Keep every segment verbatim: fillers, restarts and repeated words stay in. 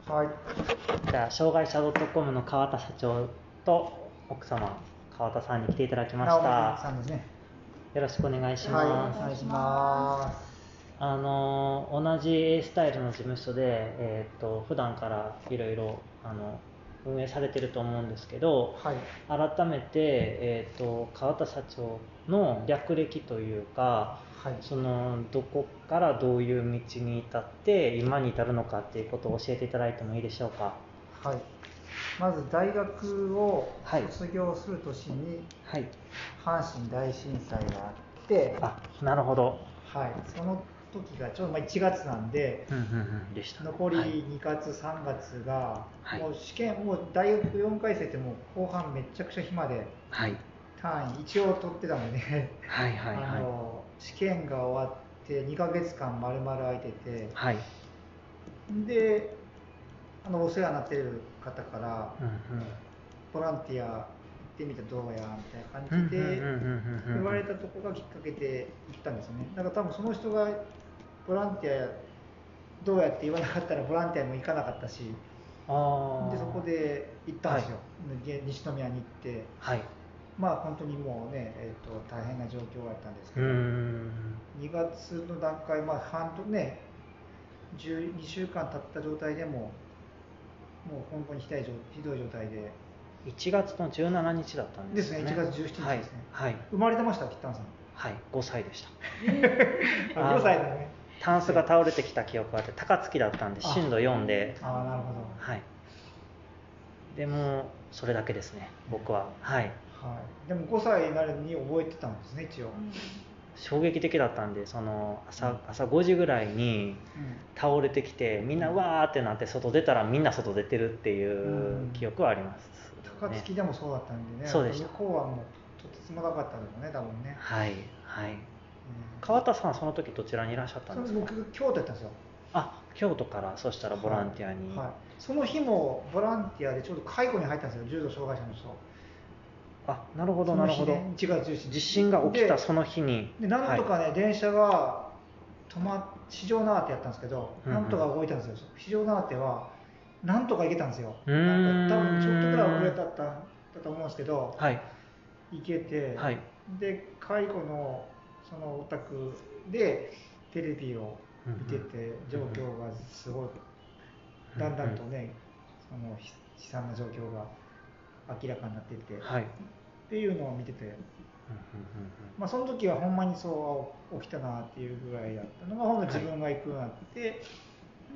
はい。 じゃあ障害者 .com の川田社長と奥様川田さんに来ていただきまし直た。 美さんですね。 よろしくお願いしはい、おます。 願いします。 あの同じ A スタイルの事務所で、えー、と普段からいろいろあの運営されてると思うんですけど、 はい。 改めて、えー、と川田社長の略歴というか、 はい。 そのどこからどういう道に至って今に至るのかっていうことを教えていただいてもいいでしょうか。 はい。まず大学をはい卒業する年にはい。 阪神大震災があって、 あ、なるほど。 はい。その時がちょうどまあいちがつなんで、 うんうんうんでしたね。 残はいりにがつ、さんがつが、 はいもう試験、もう大学よんかい生ってもう後半めちゃくちゃ暇で、 はい単位一応取ってたので、 はいはいあはいの試験が終わってにかげつかん丸々空いてて、 はい。 であのお世話になっている方からうんうんボランティア行ってみたらどうやみたいな感うんうんじでうんうんうん言われたところがきっかけで行ったんですよね。だから多分その人がボランティアどうやって言わなかったらボランティアも行かなかったし、 あでそこで行ったんですよ、 はいで西宮に行って、 はい。 まあ本当にもうね、えー、と大変な状況だったんですうーけど、 んにがつの段階、まあ半年ね、じゅうにしゅうかん経った状態でももう本当にひどいひどい状態で。 いちがつのじゅうしちにちだったんでよね。 ですすね、いちがつじゅうしちにちですね。 はい、はい、 生まれてました、キッタンさん。 はい、ごさいでした。 あごさいだね。 タンスが倒れてきた記憶があって、高槻だったんで震度よんで、 ああ、なるほど。 はい。でもそれだけですね、僕は。はい。 はい、でもごさいなりに覚えてたんですね、一応。 衝撃的だったんで、その 朝, 朝ごじぐらいに倒れてきて、みんなうわーってなって外出たらみんな外出てるっていう記憶はあります、ね、 高槻でもそうだったんでね。 そうでした。 向こうはもうとてつもなかったんだろうね、多分ね。 はいはい。うん、川田さんその時どちらにいらっしゃったんですか。 僕京都やったんですよ。 あ、京都からそしたらボランティアに、 はいはい、その日もボランティアでちょうど介護に入ったんですよ、重度障害者の人。 あ、なるほどなるほど、ね、 いちがつじゅうしちにち地震が起きたその日にでなんとかね、はい、電車が止ま四条縄手やったんですけど、うんうん、なんとか動いたんですよ。四条縄手はなんとか行けたんですよ。なんか多分ちょっとぐらい遅れたっただと思うんですけど、 はい、 行けて、はい、で介護のそのお宅でテレビを見てて、状況がすごいだんだんとね、その悲惨な状況が明らかになっていって、はい、っていうのを見てて、まあ、その時はほんまにそう起きたなっていうぐらいだったのが、ほんと自分が行くようになって、はい、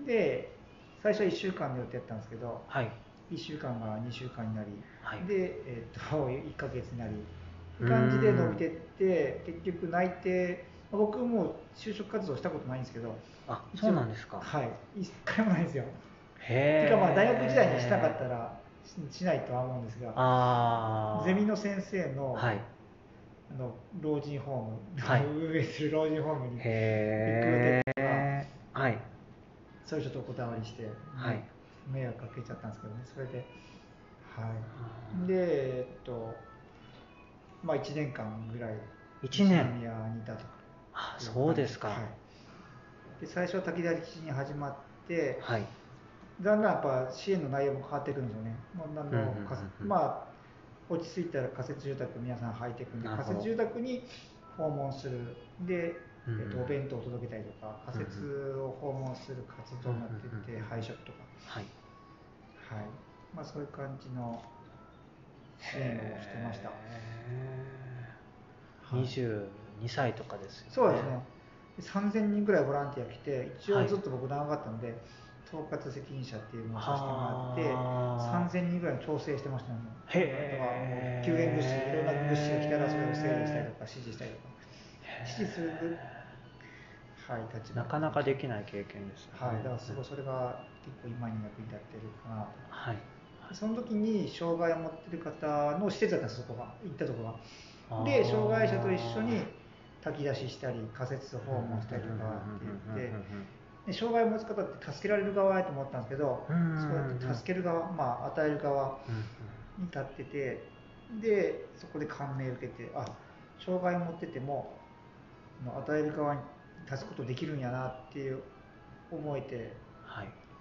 で最初はいっしゅうかんの予定やったんですけど、はい、いっしゅうかんがにしゅうかんになり、はい、で、えー、といっかげつになりって感じで伸びてって、結局内定、僕も就職活動したことないんですけど、 あ、そうなんですか。 はい、いっかいもないんですよ。 へー。 てかまあ大学時代にしなかったら し, しないとは思うんですが、あゼミの先生の、はい、あの老人ホーム、はい、運営する老人ホームに行く予定とか、はい、それちょっとお断りして、はい、迷惑かけちゃったんですけどね、それで、はい、で、えっと、まあいちねんかんぐらい、 西宮にいたと。 あ、そうですか。はい、 で最初は滝田基地に始まって、はい、だんだんやっぱ支援の内容も変わってくるんですよね。まあ落ち着いたら仮設住宅皆さん入っていくんで、仮設住宅に訪問するで、えー、とお弁当を届けたりとか、仮設を訪問する活動になっていって、配食とか、はいはい、まあそういう感じの支援をしてました。 にじゅうにさいとかですよね。 そうですね。さんぜんにんぐらいボランティア来て、一応ずっと僕長かったので、はい、統括責任者っていうのをさせてもらって、さんぜんにんぐらいの調整してましたね。へー。救援物資、いろんな物資が来たらそれを整理したりとか指示したりとか、指示する、はい、立場。 なかなかできない経験ですね。 はい、だからすごいそれが結構今に役に立ってるかなと。 はい。 その時に障害を持ってる方の施設だったんです、そこが、行ったところが。で、障害者と一緒に炊き出ししたり仮設訪問したりとかって言って、で障害を持つ方って助けられる側やと思ったんですけど、そうやって助ける側、まあ、与える側に立ってて、でそこで感銘を受けて、あ、障害を持ってても与える側に立つことできるんやなっていう思えて、はい、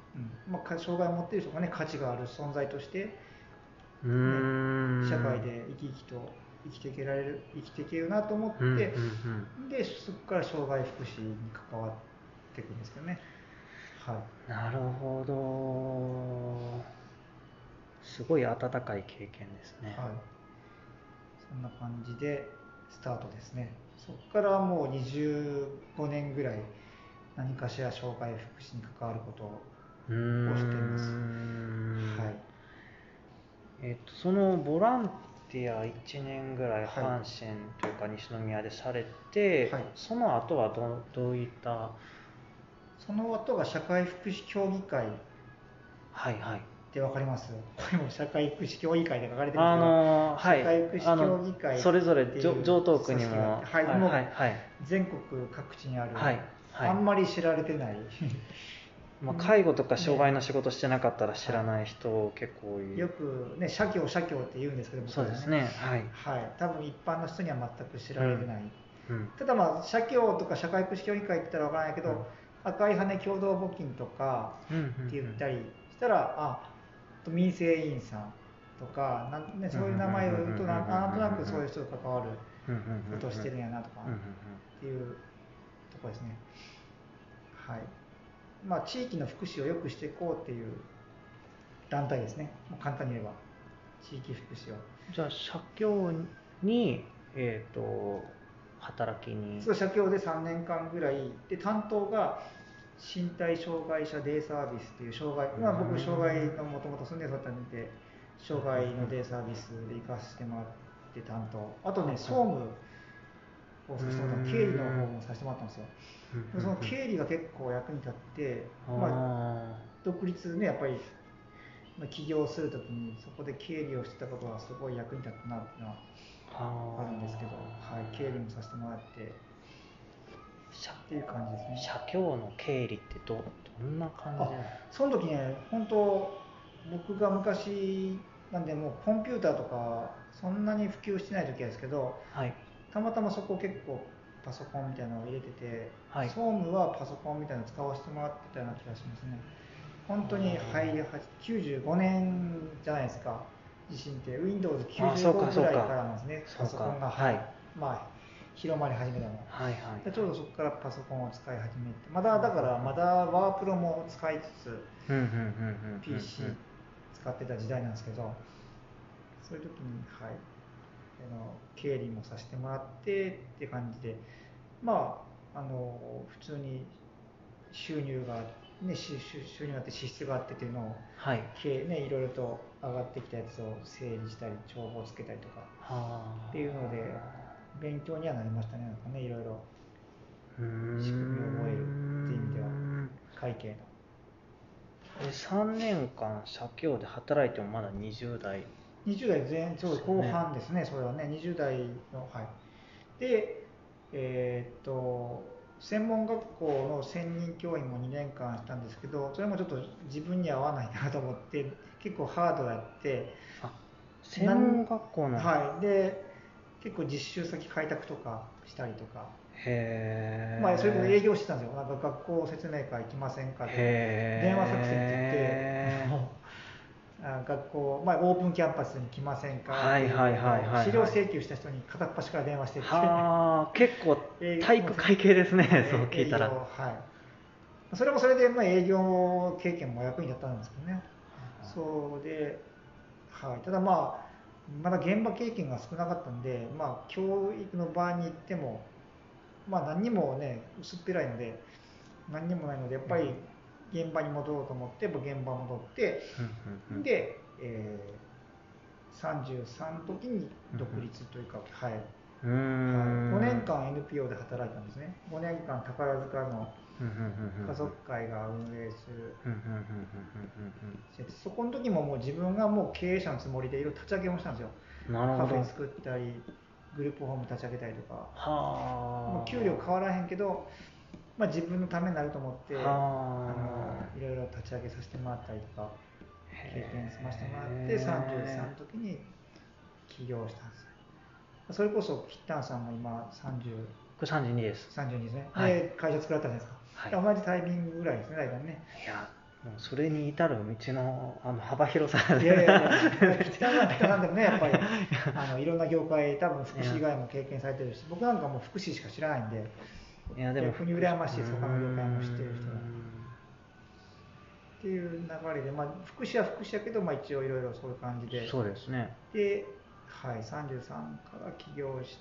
うんまあ、障害を持っている人がね価値がある存在として、ね、 うーん社会で生き生きと生きていけられる生きていけるなと思って、 うんうんうん、 でそこから障害福祉に関わっていくんですけどね。はい、 なるほど。すごい温かい経験ですね。 はい、そんな感じでスタートですね。そこからもうにじゅうごねんぐらい何かしら障害福祉に関わることをうーしています。 ん、 はい。 えっと、そのボランティアいちねんぐらいはい阪神というか西宮でされて、 はい、 その後はどどういった。 その後が社会福祉協議会はいはい。 って分かります？これも社会福祉協議会で書かれてるんですあけど、 のー、はい、 社会福あ祉協の議会ってそれぞれいう上東区に組織があっも、 て、はい、 はいもうはいはい、 全国各地にある、 はいはい、 あんまり知られてないまあ、介護とか障害のね、 仕事してなかったら知らない人、 は結構多い。 い、よくね社協社協って言うんですけど、 そうですね、はい、 はい、多分一般の人には全く知られてない、 うんうん、 ただまあ社協とか社会福祉協議会って言ったら分からないけど、うん、赤い羽共同募金とかって言ったりしたら、あ民生委員さんとかなん、ね、そういう名前を言うとなんとなくそういう人と関わることをしてるんやなとかっていうところですね。はい、まあ、地域の福祉を良くしていこうっていう団体ですね。もう簡単に言えば地域福祉を。 じゃあ社協に、えーと、働きに。 そう、社協でさんねんかんぐらいで、担当が身体障害者デイサービスっていう障害、まあ、僕障害のもともと住んで育ったんで障害のデイサービスで行かせてもらって担当、あとね総務をさせてもらった経理の方もさせてもらったんですよ。その経理が結構役に立って、まあ、独立ねやっぱり起業するときにそこで経理をしてたことはすごい役に立ったなっていうのはあるんですけど、はい、経理もさせてもらってっていう感じですね。 社協の経理って ど, どんな感じなの？ その時ね、本当僕が昔なんでもうコンピューターとかそんなに普及してない時ですけど、はい、たまたまそこ結構パソコンみたいなのを入れてて、はい、総務はパソコンみたいなのを使わせてもらってたような気がしますね。本当に入りきゅうじゅうごねんじゃないですか、地震って ウィンドウズきゅうじゅうご ぐらいからなんですね、パソコンが、はい、まあ、広まり始めたのは、はいはい、ちょうどそこからパソコンを使い始めて、まだだからまだワープロも使いつつ ピーシー 使ってた時代なんですけど、そういう時に、はい、あの経理もさせてもらってっていう感じで、まあ、あの普通に収入が、ね、収入があって支出があってっていうのを、はいね、いろいろと上がってきたやつを整理したり帳簿をつけたりとかっていうので勉強にはなりましたね。なんかね、いろいろ仕組みを覚えるっていう意味では会計の。 さんねんかん社協で働いてもまだにじゅう代にじゅう代前後半ですね。それはねにじゅう代の、はい、でえー、っと専門学校の専任教員もにねんかんしたんですけど、それもちょっと自分に合わないなと思って結構ハードやって、 あ専門学校の、 はい、で結構実習先開拓とかしたりとか、 へまあ、それこそ営業してたんですよ。なんか学校説明会行きませんかで電話作戦って言って学校、まあ、オープンキャンパスに来ませんかっていう資料請求した人に片っ端から電話してって、 は結構体育会系ですねそう聞いたら、 はい、それもそれでまあ営業経験も役に立ったんですけどね。そうで、はい、ただまあまだ現場経験が少なかったんで、まあ、教育の場に行っても、まあ、何にもね薄っぺらいので何にもないのでやっぱり現場に戻ろうと思って現場に戻って、うんうん、で、えー、さんじゅうさんの時に独立というか、はい、はい、ごねんかん エヌピーオー で働いたんですね。ごねんかん宝塚の家族会が運営する施設、そこの時ももう自分がもう経営者のつもりでいろいろ立ち上げもしたんですよ。カフェ作ったりグループホーム立ち上げたりとか、もう給料変わらへんけど、まあ、自分のためになると思ってあのいろいろ立ち上げさせてもらったりとか経験させてもらってさんじゅうさんの時に起業したんですよ。それこそキッタンさんも今さんじゅうこれさんじゅうにです。 さんじゅうにですね、はい、で会社作られたじゃないですか、はい、同じタイミングぐらいですね大体ね。 いやもうそれに至る道のあの幅広さいやいやいや、北川さんでもね、やっぱりあのいろんな業界、多分福祉以外も経験されてるし、僕なんかもう福祉しか知らないんで、 いやでも逆に羨ましいです、他の業界も知ってる人が。 うーんっていう流れで、まあ、福祉は福祉だけど、まあ、一応いろいろそういう感じで、 そうですね。 で、はい、さんじゅうさんから起業して、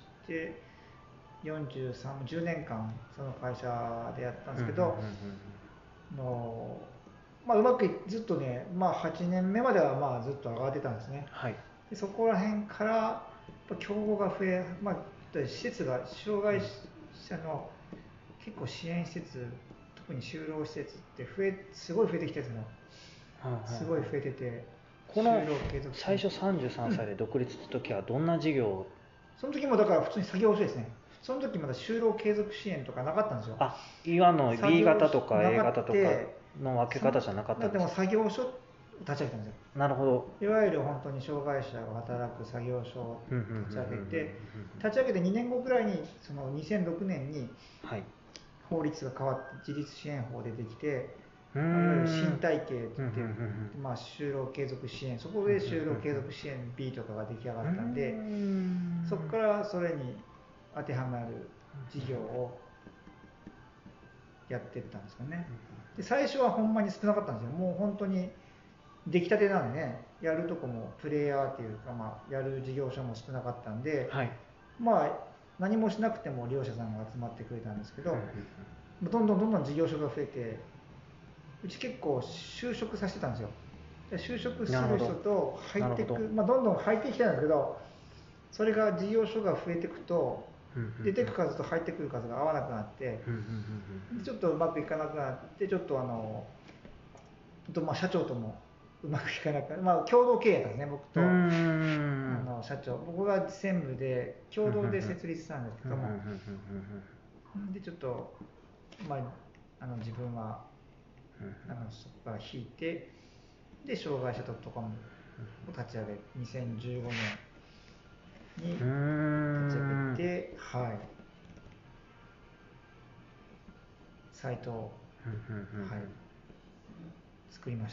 よんじゅうさん、じゅうねんかんその会社でやったんですけど、のまあ、うまくいずっとね、まあ、はちねんめまではまあずっと上がってたんですね。 はい。 でそこら辺からやっぱ競合が増え、まあ、施設が障害者の結構支援施設、特に就労施設って増えすごい増えてきてるんですよ。すごい増えてて、 この就労継続最初さんじゅうさんさいで独立した時はどんな事業を、 その時もだから普通に作業所ですね。その時まだ就労継続支援とかなかったんですよ。 あ、今の B 型とか A 型とかの分け方じゃなかったんでですか。 も作業所を立ち上げたんですよ。 なるほど。 いわゆる本当に障害者が働く作業所を立ち上げて、立ち上げてにねんごぐらいに、そのにせんろくねんに法律が変わって自立支援法でできて、まあ、いわゆる身体系って言って、まあ、就労継続支援、そこで就労継続支援 B とかが出来上がったんで、そこからそれに当てはまる事業をやっていったんですよね。で最初はほんまに少なかったんですよ。もう本当に出来たてなんでね、やるとこもプレイヤーっていうか、まあ、やる事業所も少なかったんで、 はい、 まあ何もしなくても利用者さんが集まってくれたんですけど、どんどんどんどん事業所が増えて、うち結構就職させてたんですよ。で就職する人と入っていく、まあ、どんどん入ってきてたんですけど、それが事業所が増えていくと、出てく数と入ってくる数が合わなくなって、ちょっとうまくいかなくなって、ちょっとあの、とまあ社長ともうまくいかなくなって、まあ、共同経営だったんですね、僕とあの社長。僕が専務で、共同で設立したんですけども、で、ちょっと、まあ、あの自分はあのそこから引いて、で、障害者 .com を立ち上げ、にせんじゅうごねんに立ち上げて、はい、サイトを、はい、作りました。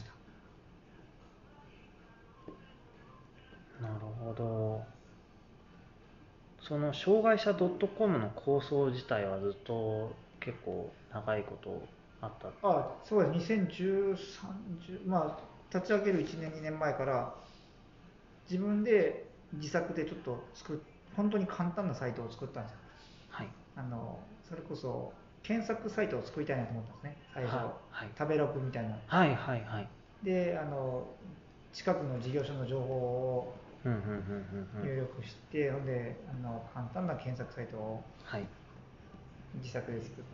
なるほど。その障害者 .com の構想自体はずっと結構長いことあった。 あ、そうです。にせんじゅうさん、まあ、立ち上げるいちねん、にねんまえから自分で自作でちょっと作っ、本当に簡単なサイトを作ったんですよ。 はい。 あのそれこそ検索サイトを作りたいなと思ったんですね、最初。 はいはい、 食べログみたいな。 はいはいはい。 で、あの近くの事業所の情報を入力して、ほんであの簡単な検索サイトを自作で作って、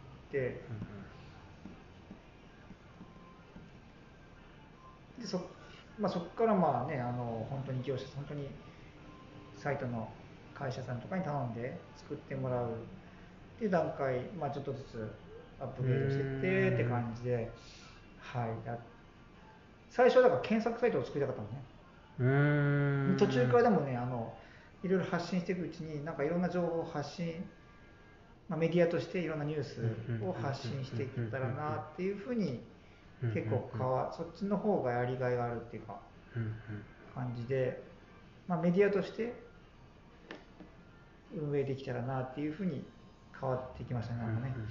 でそまあ、そこからまあね、あの本当に業者、本当にサイトの会社さんとかに頼んで作ってもらうっていう段階、まあ、ちょっとずつアップグレードしてってって感じで、はい、や最初はだから検索サイトを作りたかったのね。うーん途中からでもね、あのいろいろ発信していくうちに、なんかいろんな情報を発信、まあ、メディアとしていろんなニュースを発信していけたらなっていうふうに、結構かわそっちの方がやりがいがあるっていうか感じで、まあ、メディアとして運営できたらなっていうふうに変わってきましたね、なんかね。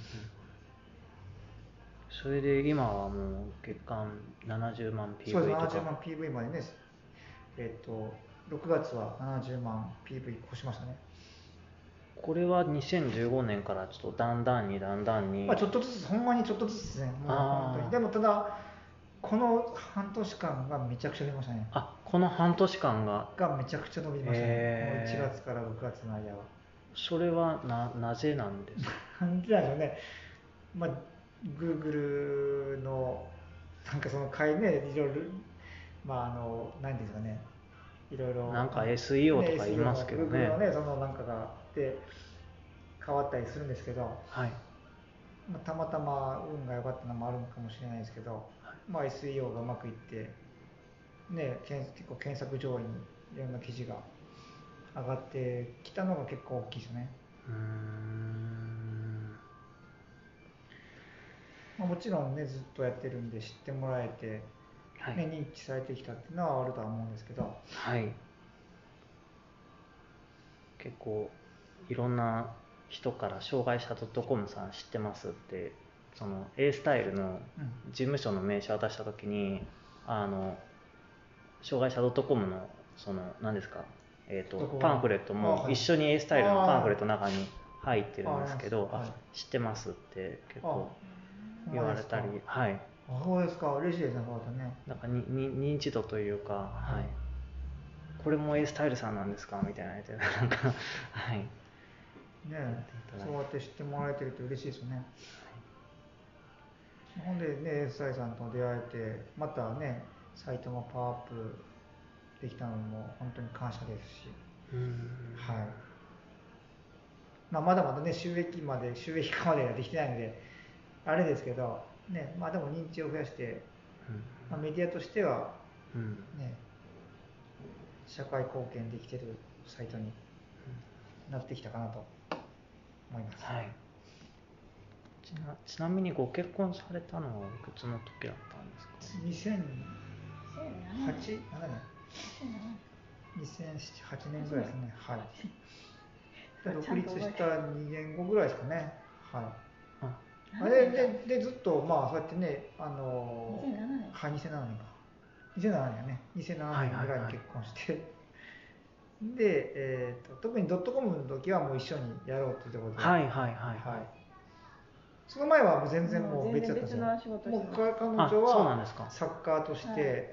それで今はもう月間ななじゅうまん ピーブイ とか。 そうです、ななじゅうまん ピーブイ までね、えっとろくがつはななじゅうまん ピーブイ 越しましたね。 これはにせんじゅうごねんからちょっとだんだんにだんだんに、 まあ、ちょっとずつ、ほんまにちょっとずつですね、もう本当に。でもただ、この半年間がめちゃくちゃ伸びましたね。 あ、この半年間ががめちゃくちゃ伸びましたね、もういちがつからろくがつの間は。 それは な, なぜなんですか。 なんでなんでしょうね、まあ、Google のなんかその会ね、いろいろ、まあ、あの、なんていうんですかね、いろいろ。 なんか エスイーオー とか言いますけどね。 Google のね、そのなんかがあって変わったりするんですけど、 はい、 まあ、たまたま運が良かったのもあるのかもしれないですけど、まあ、エスイーオー がうまくいって、ね、結構検索上位にいろんな記事が上がってきたのが結構大きいですよね。 うーんまあ、もちろんねずっとやってるんで知ってもらえて、ね、はい、認知されてきたっていうのはあるとは思うんですけど、 はい、結構いろんな人から障害者 .com さん知ってますってその A スタイルの事務所の名刺渡した時に、うん、あの障害者 .com のその何ですか、えー、とパンフレットも一緒に A スタイルのパンフレットの中に入ってるんですけど、あ、はい、知ってますって結構言われたり、はい、 あ、そうですか、嬉しいですね、こうやってね。 なんかにに認知度というか、はいはい、これも A スタイルさんなんですかみたいなやつなんかはい。 ねえ、そうやって知ってもらえてると嬉しいですよね。はい、ほんでね、エスアイさんと出会えて、またね、サイトもパワーアップできたのも本当に感謝ですし、うん、はい。まあ、まだまだね、収益まで、収益化までができてないので、あれですけど、ね、まあでも認知を増やして、うん、まあ、メディアとしては、ね、うん、社会貢献できてるサイトになってきたかなと思います。 はい、ちな、ちなみにご結婚されたのはいくつの時だったんですか？ にせんはちねんにせんはちねんぐらいですね。はい。独立したにねんごぐらいですかね。はい。あれででずっとまあそうやってね、あのにせんななねん、 はい、にせんななねんか。にせんななねんね。にせんななねんぐらいに結婚して、はいはいはい、で、えーと、特にドットコムの時はもう一緒にやろうということで。 はいはいはいはい。 はい、その前はもう全然もう別だったんですよ。もう彼女は作家として、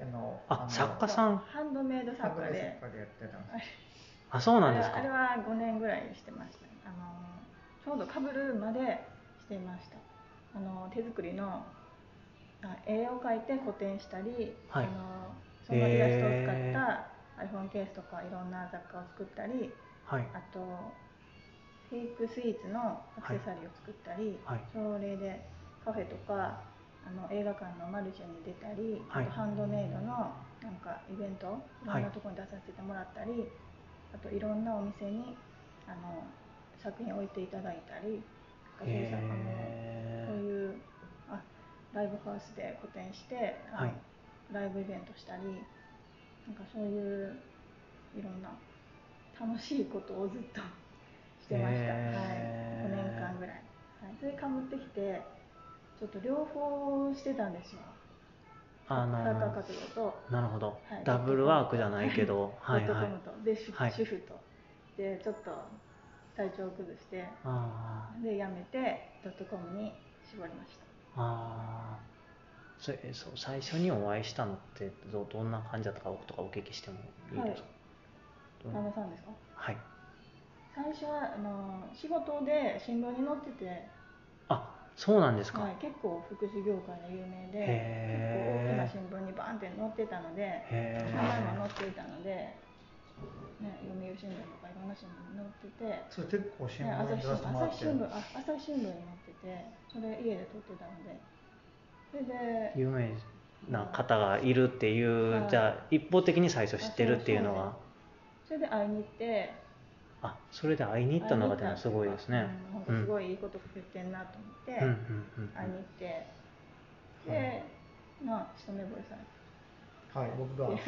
あ、あのあ作家さん、 ハンドメイド作家でやってたんです。 あ、そうなんですか。 あれはごねんぐらいしてました。あのちょうどかぶるまでしていました。あの手作りの絵を描いて個展したり、はい、あのそのイラストを使った iPhone ケースとかいろんな雑貨を作ったり、はい、あとフェイクスイーツのアクセサリーを作ったり、はい、それでカフェとかあの映画館のマルシェに出たり、はい、あとハンドメイドのなんかイベントいろんなところに出させてもらったり、はい、あといろんなお店にあの作品を置いていただいたり、そういうあのそういうあライブハウスで個展してあの、はい、ライブイベントしたり、なんかそういういろんな楽しいことをずっとしてました。はい、ごねんかんぐらい。はい、それかぶってきて、ちょっと両方してたんですよ。あのー、作家活動と、 なるほど、はい、ダブルワークじゃないけど、 ドットコムと、で、はい、主婦と、で、ちょっと体調を崩して、あで、辞めて、ドットコムに絞りました。 あそれそう最初にお会いしたのってどどんな感じだったかとかお聞きしてもいいですか？ 旦那さんですか？ はい。 最初はあの仕事で新聞に載ってて、 あ、そうなんですか。 はい、結構福祉業界の有名で、結構大きな新聞にバーンって載ってたので、名前も載っていたので、ね、読売新聞とかいろんな新聞に載ってて、 それ結構新聞に出してもらって、朝日新聞、あ、朝日新聞に載ってて、それ家で撮ってたので、それで有名な方がいるっていう、はい、じゃあ一方的に最初知ってるっていうのが、 それで会いに行って、 あ、それで会いに行ったのがでもすごいですね。 なんかすごいいいこと言ってんなと思って、うん、会いに行って、で、まあ一目惚れされて。 はい、僕が、はい、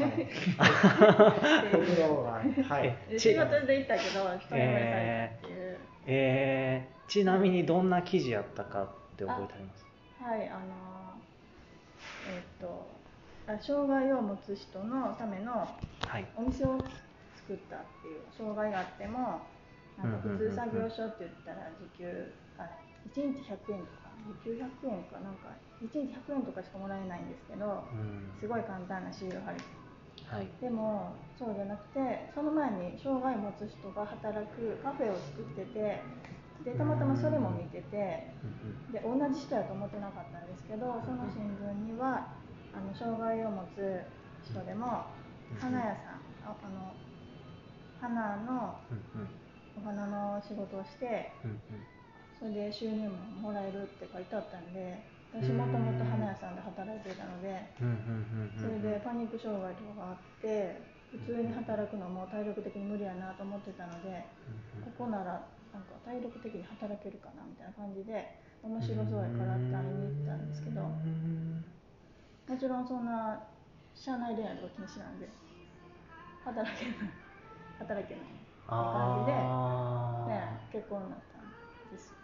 僕のが、はい、 仕事で行ったけど一目惚れされたっていう。 えーえー、ちなみにどんな記事やったかって覚えてあります？ はい、あのえっと障害を持つ人のためのお店を作ったっていう、障害があってもなんか普通作業所って言ったら時給あいちにちひゃくえんとか時給ひゃくえんかなんかいちにちひゃくえんとかしかもらえないんですけど、すごい簡単なシール貼り、はい、でもそうじゃなくて、その前に障害を持つ人が働くカフェを作ってて、でたまたまそれも見てて、で同じ人やと思ってなかったんですけど、その新聞にはあの障害を持つ人でも花屋さん、ああの花のお花の仕事をして、それで収入ももらえるって書いてあったんで、私もともと花屋さんで働いてたので、それでパニック障害とかがあって普通に働くのも体力的に無理やなと思ってたので、ここならなんか体力的に働けるかなみたいな感じで面白そうやからって会いに行ったんですけど、もちろんそんな社内恋愛とか禁止なんで働けない働けないって感じで、ね、結婚になったんですよ。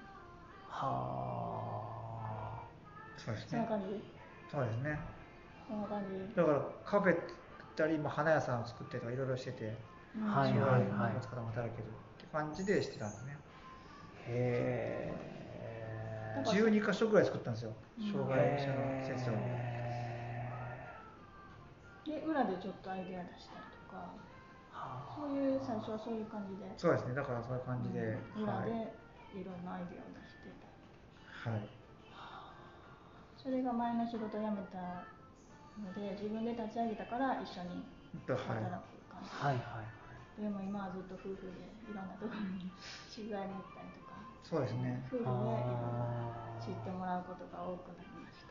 はあ、 そうですね。 そんな感じ。 そうですね。 そんな感じ。 だからカフェったり、まあ、花屋さんを作ってとかいろいろしてて、 うん、 はいはいはい。 持つ方も働けるって感じでしてたんですね。 へえ。 じゅうにかしょぐらい作ったんですよ、障害者の施設を。 で裏でちょっとアイデア出したりとか、そういう最初はそういう感じで。 そうですね。だからそういう感じで、 うん、裏でいろんなアイデアを出してた。 はい。 それが前の仕事を辞めたので、自分で立ち上げたから一緒に働く感じ。 はいはいはい。 でも今はずっと夫婦でいろんなところに取材に行ったりとか。 そうですね。 夫婦でいろいろ知ってもらうことが多くなりました。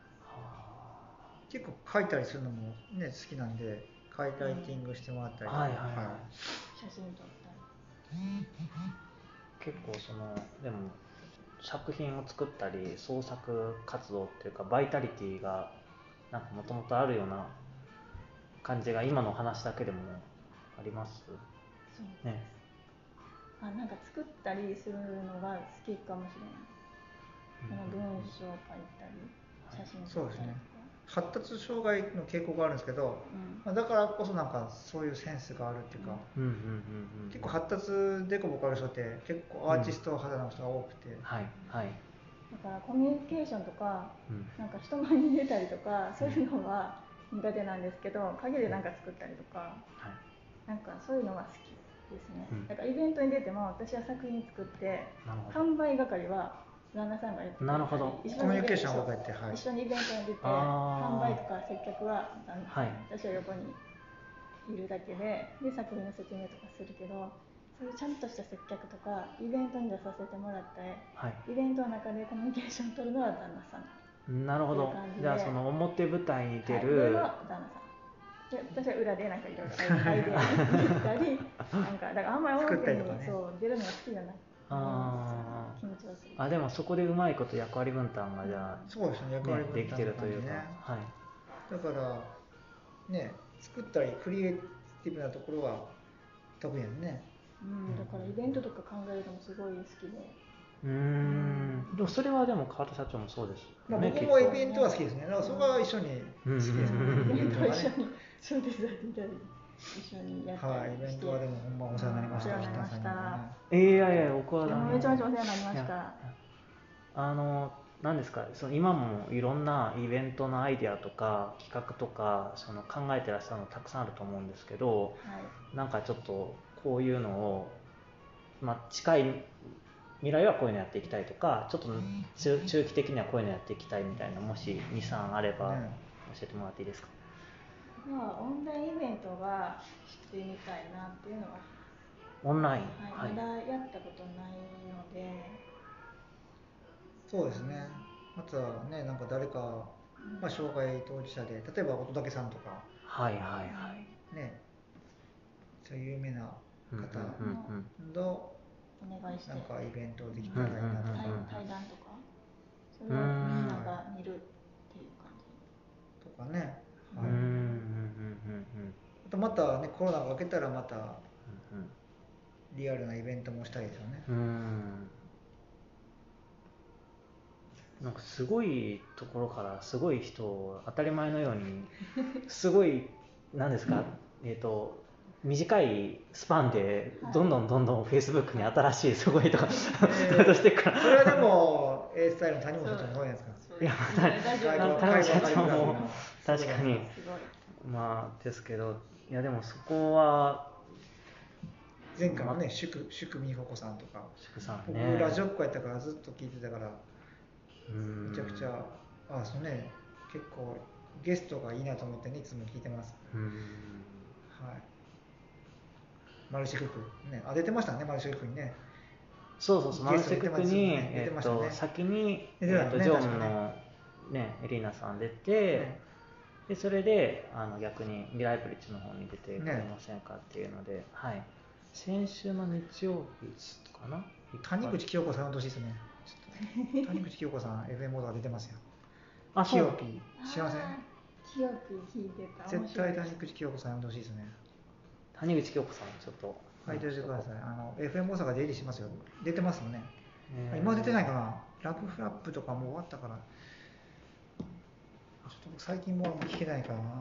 結構書いたりするのもね好きなんで、書いライティングしてもらったりとか、 はいはいはい、 写真撮ったり。 結構そのでも作品を作ったり創作活動っていうかバイタリティがなんかもともとあるような感じが今の話だけでもあります。 そうね。 あ、なんか作ったりするのが好きかもしれない。その文章を書いたり、写真撮ったりとか。そうですね。 発達障害の傾向があるんですけど、うん、だからこそなんかそういうセンスがあるっていうか、結構発達でこぼこある人って結構アーティスト肌の人が多くて、うん、 はいはい。 だからコミュニケーションとか、うん、なんか人前に出たりとかそういうのは苦手なんですけど、陰でなんか作ったりとか、はい、なんかそういうのが好きですね。うん、だからイベントに出ても私は作品作って販売係は旦那さんがやってくれたり、 なるほど。 コミュニケーションをやって、はい、 一緒にイベントに出て販売とか接客は旦那さん、はい、私は横にいるだけで、で作品の説明とかするけど、そういうちゃんとした接客とかイベントに出させてもらって、はい、イベントの中でコミュニケーション取るのは旦那さん。なるほど。 じゃあその表舞台に出る、 はい、旦那さんで、私は裏でなんかいろいろアイデアに言ったりなんかだからあんまり表に、ね、そう出るのが好きじゃない。あ緊張する。 あ、でもそこでうまいこと役割分担がじゃあ、 そうですね、役割分担、ね、 できてるというか、はい、 だからね、作ったりクリエイティブなところは得意やんね。 うん、だからイベントとか考えるのもすごい好きで。 うーん、でもそれはでも川田社長もそうです、ね。 まあ、僕もイベントは好きですね。だからそこは一緒に好きですね。 イベントは一緒にそうです、一緒にやったりして。 はい、イベントはでもほんまお世話になりました。 お世話になりました。 えー、いやいや、僕はめちゃめちゃお世話になりました。 あの何ですか、その今もいろんなイベントのアイデアとか企画とかその考えてらっしゃるのたくさんあると思うんですけど、はい、なんかちょっとこういうのを、まあ、近い未来はこういうのやっていきたいとか、ちょっと 中, 中期的にはこういうのやっていきたいみたいな、もしに、さんあれば教えてもらっていいですか。 まあ、オンラインイベントはしてみたいなっていうのは。 オンライン、 はい、まだやったことないので。 そうですね。あとはね、なんか誰か、まあ、障害当事者で、例えば乙武さんとか、 はいはいはい、 ね、そういう有名な方のお願いして、 なんかイベントできたらいいなとか、 対談とか、それをみんなが見るっていう感じとかね。はい、あとまたね、コロナが明けたらまたリアルなイベントもしたいですよね。 うん、なんかすごいところからすごい人を当たり前のようにすごい何ですか、えっと短いスパンでどんどんどんどんフェイスブックに新しいすごいとかスタートしていくから、 それはでも A スタイルの谷本社長もそうじゃないですか。 いや、谷本社長も確かにまあですけど、いやでもそこは前回のね、祝祝美穂子さんとか、 祝さんね、 僕ラジオっ子やったからずっと聞いてたから、めちゃくちゃあそうね、結構ゲストがいいなと思ってね、いつも聞いてます。うん、はい。マルシェククね、あ出てましたね、マルシェククにね。 そうそうそう、マルシェククに、えっと先にえっと常務のねエリーナさん出て、でそれであの逆に未来ブリッジの方に出てくれませんかっていうので、はい。先週の日曜日かな。 谷口清子さんの年ですね。 谷口清子さん エフエム オーダー出てますよ。 あ、 キヨピー知らません？ キヨピー聞いてた。 絶対谷口清子さん呼んでほしいですね。 谷口京子さんちょっと書いておいてください。あの エフエム 大阪出入りしますよ。出てますもんね。 えー、 今出てないかな。ラブフラップとかもう終わったから。ちょっと最近もう聞けないからな。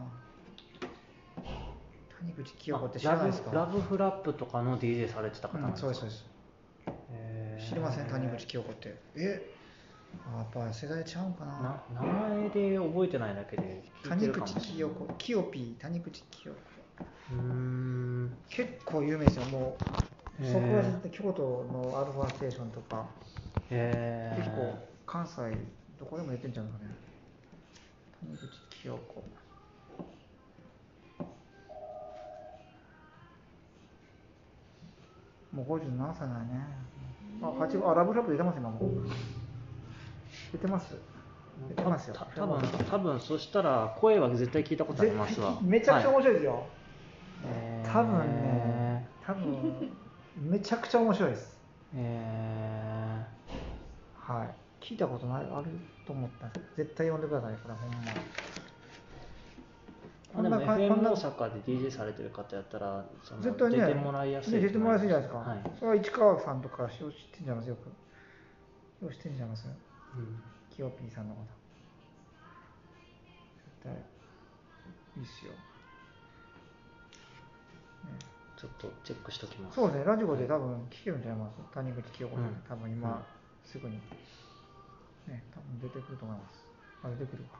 谷口清子って知らないですか？ ラブ、ラブフラップとかの ディージェー されてた方なんですか？ うん、そうですそうです。 えー、 知りません？谷口清子って。えあやっぱ世代ちゃうかな。 な名前で覚えてないだけで谷口清子、キヨピー、谷口清子。 うーん結構有名ですよ。もうそこら辺って京都のアルファステーションとか、 えー、 結構関西どこでも出てんじゃないかね。谷口清子。もうごじゅうななさいなんやね。あ、はちあラブラブ出てます今もう。出てます。出てますよ。 た多分多分そしたら声は絶対聞いたことありますわ。 めちゃくちゃ面白いですよ。 はい、 多分ね、多分めちゃくちゃ面白いです。 えー、はい。聞いたことないあると思ったんです。絶対呼んでくださいこれほんま。 あでも エフエム 大阪で ディージェー されてる方やったらその絶対、ね、 出てもらいやすい、ね、 出てもらいやすいじゃないですか、 はい、 それは市川さんとか使用してんじゃいますよく使用してんじゃいますよ、 うん、 キヨピーさんのこと絶対いいっすよ、ね、 ちょっとチェックしときます。 そうですね、ラジオで多分聞けるんちゃいます、谷口清子さん、 うん、 多分今、 うん、 すぐにね、多分出てくると思います。あ、出てくるか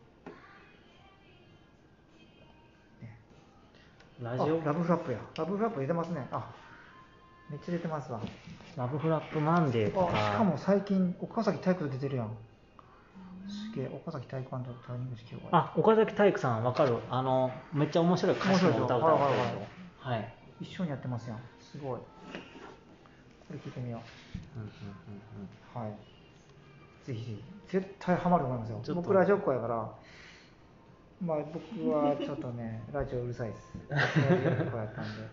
ラジオラブフラップや。ラブフラップ出てますね。あ、めっちゃ出てますわ。 ラブフラップマンデーとか。 しかも最近、岡崎体育と出てるやん。すげえ、岡崎体育館と谷口清子。 あ、岡崎体育さん、わかる。あの、めっちゃ面白い歌詞の歌を歌ってる人。はい。 一緒にやってますやん。すごい。これ聞いてみよう。うんうんうんうん。はい。ぜひぜひ。絶対ハマると思いますよ。僕ラジオっ子やから。まあ僕はちょっとね、ラジオうるさいです。ラジオっ子やったんで。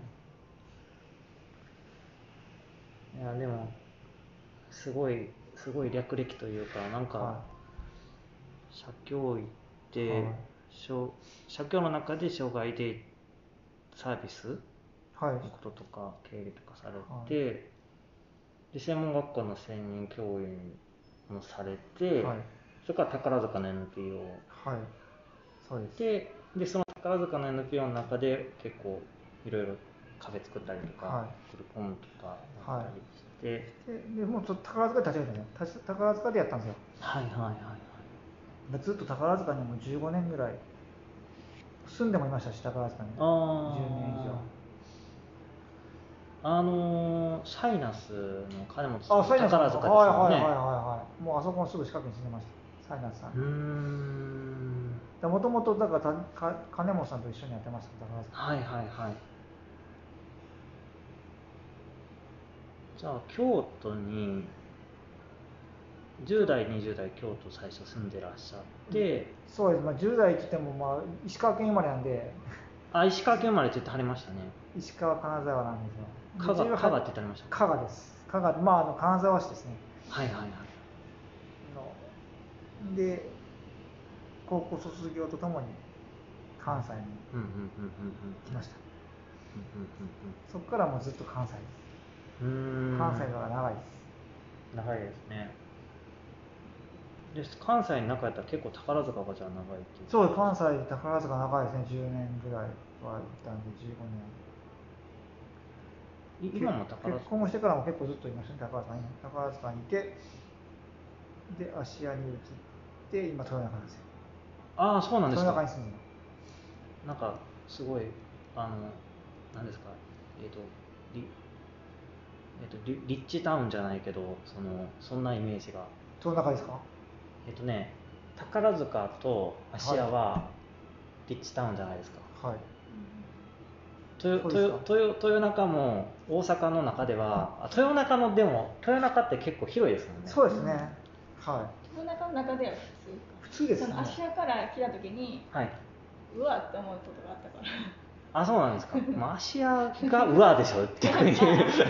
いやでもすごいすごい略歴というかなんか、はい、社協医って、はい、社協の中で障害でサービスのこととか経理とかされて、はい、で専門学校の専任教員もされて、はい、それから宝塚の エヌピーオー、はい、そうです。で、でその宝塚の エヌピーオー の中で結構いろいろカフェ作ったりとか、はい、グルコムとかやったりして、はい、 で, でもうちょっと宝塚で立ち上げたんですよ。宝塚でやったんですよ。 はいはいはいはい。 ずっと宝塚にもじゅうごねんぐらい住んでもいましたし、宝塚にじゅうねん以上。 あのー、サイナスの金本さん、 あ、サイナス宝塚ですよね。 はいはいはいはいはい。もうあそこのすぐ近くに住んでました。サイナスさん。うーん。もともとだからか金本さんと一緒にやってました。宝塚。 はいはいはい。じゃあ京都にじゅう代にじゅう代京都最初住んでらっしゃって、うん、 そうです。まあじゅう代って言ってもまあ石川県生まれなんで。 あ、石川県生まれって言ってはりましたね。 石川金沢なんですよ。 加賀、加賀って言ってはりました。 加賀です。加賀、まああの金沢市ですね。 はいはいはい。 ので高校卒業とともに関西に来ました。そこからもうずっと関西です。うーん、関西の方が長いです。 長いですね。で関西の中やったら結構宝塚がじゃあ長いっていう。 そう、関西宝塚長いですね。じゅうねんぐらいは行ったんでじゅうごねん。今も宝塚。結婚してからも結構ずっといましたね。宝塚に宝塚にいて、で芦屋に移って今豊中なんですよ。 ああ、そうなんですか。 豊中に住んでます。 なんかすごいあの何ですか、えっ、ー、とリえっ、ー、とリリッチタウンじゃないけどそのそんなイメージが。 豊中ですか。 えっ、ー、とね宝塚と芦屋はリッチタウンじゃないですか。はい。豊, 豊, 豊中も大阪の中では豊中のでも豊中って結構広いですもんね。 そうですね。はい。 豊中の中では普通普通ですね。 芦屋から来た時に、 はい、 うわって思うことがあったから。 あ、そうなんですか。まあ、芦屋が上でしょ、逆に。日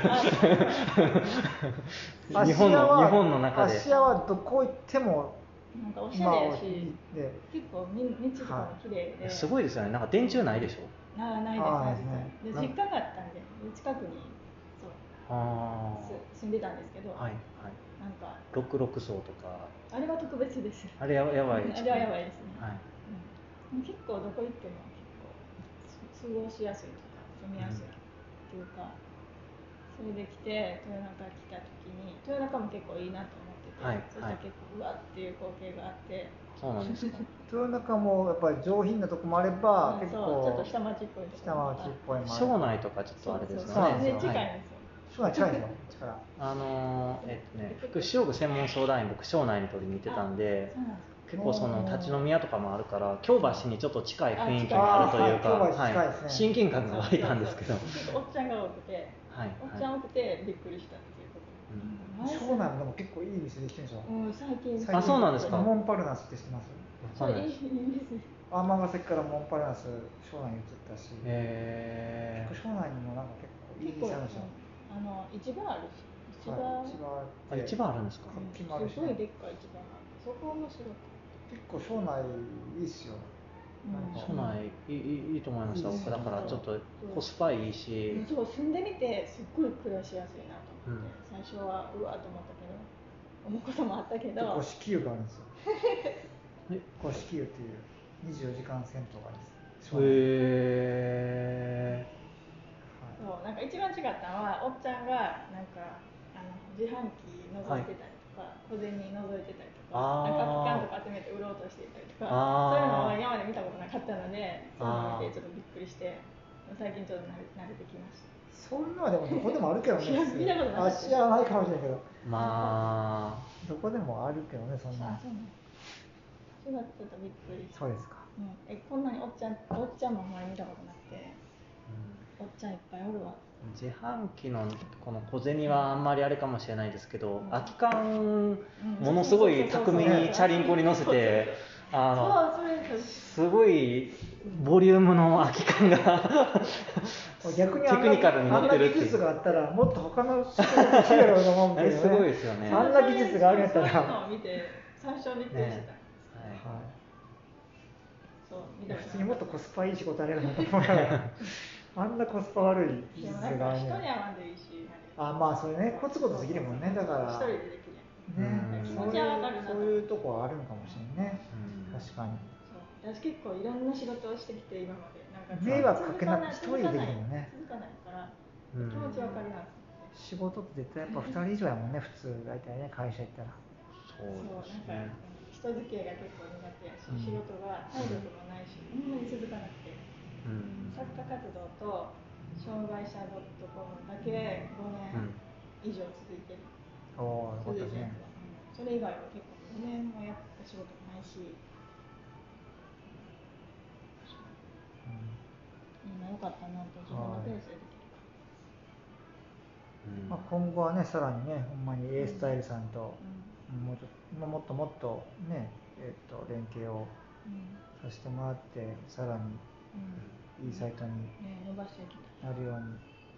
本の日本の中で。 芦屋はどこ行ってもなんかおしゃれやし、まあ、結構道とかも綺麗で、 はい、すごいですよね。なんか電柱ないでしょ。 あ、ないです、ないです。で、実家があったんで、近くにそうあ住んでたんですけど、はいはい、なんかろくろく層とか。 あれは特別です。 あれややばいです、 ね。あれはやばいですね。はい、うん、結構どこ行っても過ごしやすいとか住みやすいっていうか、うん、それで来て豊中来た時に豊中も結構いいなと思ってて、はい、そしたら結構うわっていう光景があって。 そうなんですか。 豊中もやっぱり上品なとこもあれば、うん、結構ちょっと下町っぽいところ下町っぽいもある。 庄内とかちょっとあれですよね。 全然近いんですよ。 庄内近いですよ。力。 あのー、えっとね、福祉用具専門相談員僕庄内に取りに行ってたんで。結構その立ち飲み屋とかもあるから京橋にちょっと近い雰囲気もあるというか、はい、親近感が湧いたんですけど、 結構おっちゃんが多くて、はい、おっちゃん多くてびっくりしたっていうこと。 庄内もでも結構いい店できてるんですよ。 うん、最近。 あ、そうなんですか。 モンパルナスって知ってます？ それいいですね。 尼崎からモンパルナス庄内に移ったし、 へー、 結構庄内にもなんか結構いい店あるんですよ。 あの市場あるし、 市場、市場あ市場あるんですか。 すごいでっかい市場があって、そこ面白く。 結構庄内いいっすよ。 庄内いいいいと思いました。僕だからちょっとコスパいいし、 そう住んでみてすっごい暮らしやすいなと思って、うん、最初はうわと思ったけど思うこともあったけど、 五色湯があるんですよ。五色湯っていうにじゅうよじかん銭湯があるんです。 へえ。 そうなんか一番違ったのはおっちゃんがなんかあの自販機覗いてたりとか、はい、小銭覗いてたりとか、なんか空き缶とか集めて売ろうとしていたりとか、そういうのを今まで見たことなかったので、そういうのを見てちょっとびっくりして、最近ちょっと慣れ慣れてきました。 そういうのはでもどこでもあるけどね。 見たことない。 足はないかもしれないけど。 まあどこでもあるけどね、そんな。 それはちょっとびっくり。 そうですか。 うん、えこんなにおっちゃんおっちゃんもあんまり見たことなくて、うん、おっちゃんいっぱいおるわ。 自販機のこの小銭はあんまりあれかもしれないですけど、うん、空き缶ものすごい巧みにチャリンコに乗せて、あのすごいボリュームの空き缶が逆にテクニカルに乗ってるっていう。 あんな技術があったらもっと他の仕事できるやろうと思うけどね。 すごいですよね。 あんな技術があるんやったら。そういうのを見て最初びっくりしてたんです。ね、はい。 そう見た普通にもっとコスパいい仕事あれるなと思うからあんなコスパ悪い技術があるね。 人にはまんでいいし。 あ、まあそれね、コツコツできるもんね、だから。 一人でできる。 ね、気持ちはわかるな。そういうとこはあるのかもしれないね。確かに。 私結構いろんな仕事をしてきて今までなんか迷惑かけなくて一人でできるもんね。 続かないから気持ちわかるな。 仕事って絶対やっぱふたり以上やもんね、普通大体ね、会社行ったら。 そうですね。 人付き合いが結構苦手やし、仕事が体力もないし、ほんまに続かなくて、作家活動と障害者 .com だけごねん以上続いてる。 おー、よかったですね。 それ以外は結構ごねんもやった仕事もないし、今良かったなと自分のペースでできるから、 まあ、今後はねさらにねほんまに A スタイルさんと、うん、もうちょっともっともっとねえっと連携をさせてもらって、うん、さらにいいサイトになるように。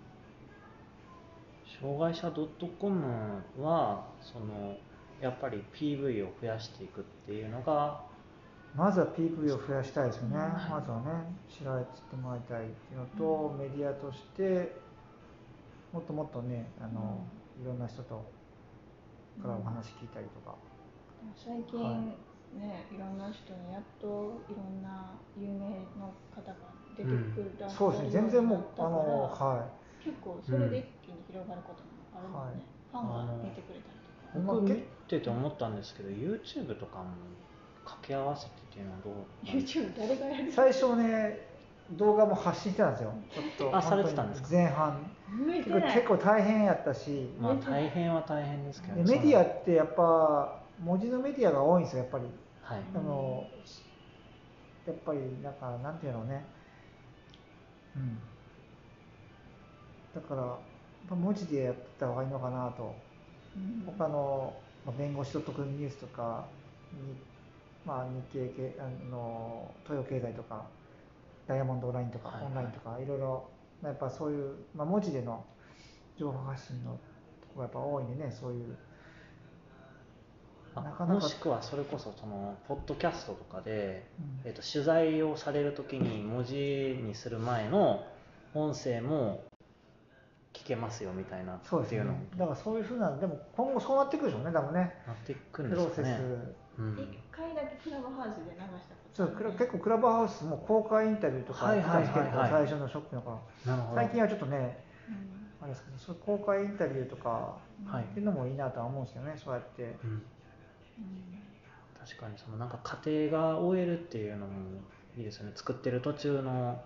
障害者 .com はそのやっぱり ピーブイ を増やしていくっていうのがまずは ピーブイ を増やしたいですよね、はい、まずはね知られてもらいたいっていうのと、うん、メディアとしてもっともっとねあの、うん、いろんな人とからお話聞いたりとか、 うん、最近、はい、ねいろんな人にやっといろんな有名の方が出てくる、うん、 そうですね全然もうあのはい結構それで一気に広がることもあるので、ね、はい、ファンが見てくれたりとか。 僕見てて思ったんですけど YouTube とかも掛け合わせてっていうのはどう YouTube 誰がやる最初ね動画も発信してたんですよちょっとあされてたんですか前半結構結構大変やったしまあ大変は大変ですけど、ね、 メディアってやっぱ文字のメディアが多いんですよやっぱり、はい、あのやっぱりなんかなんていうのねうんだから文字でやってた方がいいのかなと、うん、他の弁護士と特にニュースとかに、まあ、日経系あの東洋経済とかダイヤモンドオンラインとか、はいはい、オンラインとかいろいろやっぱそういう、まあ、文字での情報発信のところがやっぱ多いんでね、そういうなかなかもしくはそれこそそのポッドキャストとかで、うんえー、と取材をされるときに文字にする前の音声も聞けますよみたいなそうですね、だからそういうふうな、でも今後そうなっていくでしょうね、多分ね、 なっていくんですかね。 いっかいだけクラブハウスで流したこと、ね、そう結構クラブハウスも公開インタビューとかやってたんですけど、最初の初期の頃、最近はちょっとね、うん、あれですけど、そう公開インタビューとかっていうのもいいなとは思うんですけどね、そうやって。うんうん、 確かにそのなんか家庭が終えるっていうのもいいですよね。作ってる途中の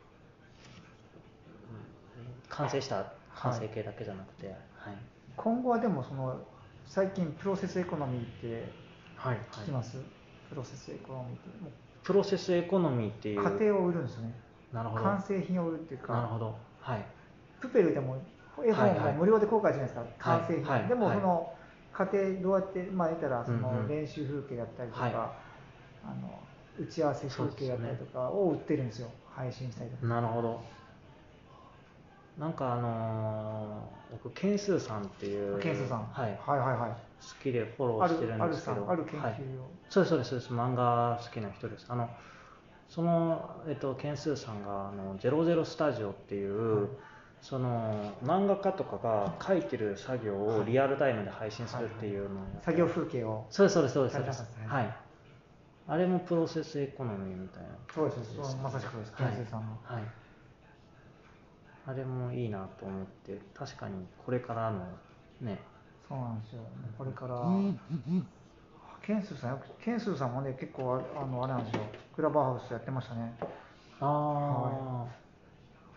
完成した完成形だけじゃなくて、はいはい、 今後はでもその最近プロセスエコノミーって聞きます、はいはい、プロセスエコノミーってプロセスエコノミーっていう家庭を売るんですよね。なるほど。完成品を売るっていうか、 なるほど、はい、 プペルでも絵本も無料で公開じゃないですか、はいはい、完成品、はいはい、でもその家庭どうやって、まあ、言ったらその練習風景だったりとか、うんうん、あの打ち合わせ風景だったりとかを売ってるんですよ、配信したりとか。 なるほど。なんかあのー、僕ケンスーさんっていうケンスーさん、 はい、 はいはいはい、 好きでフォローしてるんですけど、 ある研究を、はい、 そうですそうですそうです、漫画好きな人です。あのその、えっと、ケンスーさんがあのゼロゼロスタジオっていう、はい、その漫画家とかが描いてる作業をリアルタイムで配信するっていうのを、はいはいはい、 作業風景を、 そうですそうですそうですそうです、はい、あれもプロセスエコノミーみたいな、 そうですそうです、まさしくです、ケンスーさんの、はいはい、 あれもいいなと思って、確かにこれからのね、 そうなんですよ、これから、ケンスーさん、ケンスーさんもね、結構あのあれなんですよ、クラブハウスやってましたね。 ああ、はい、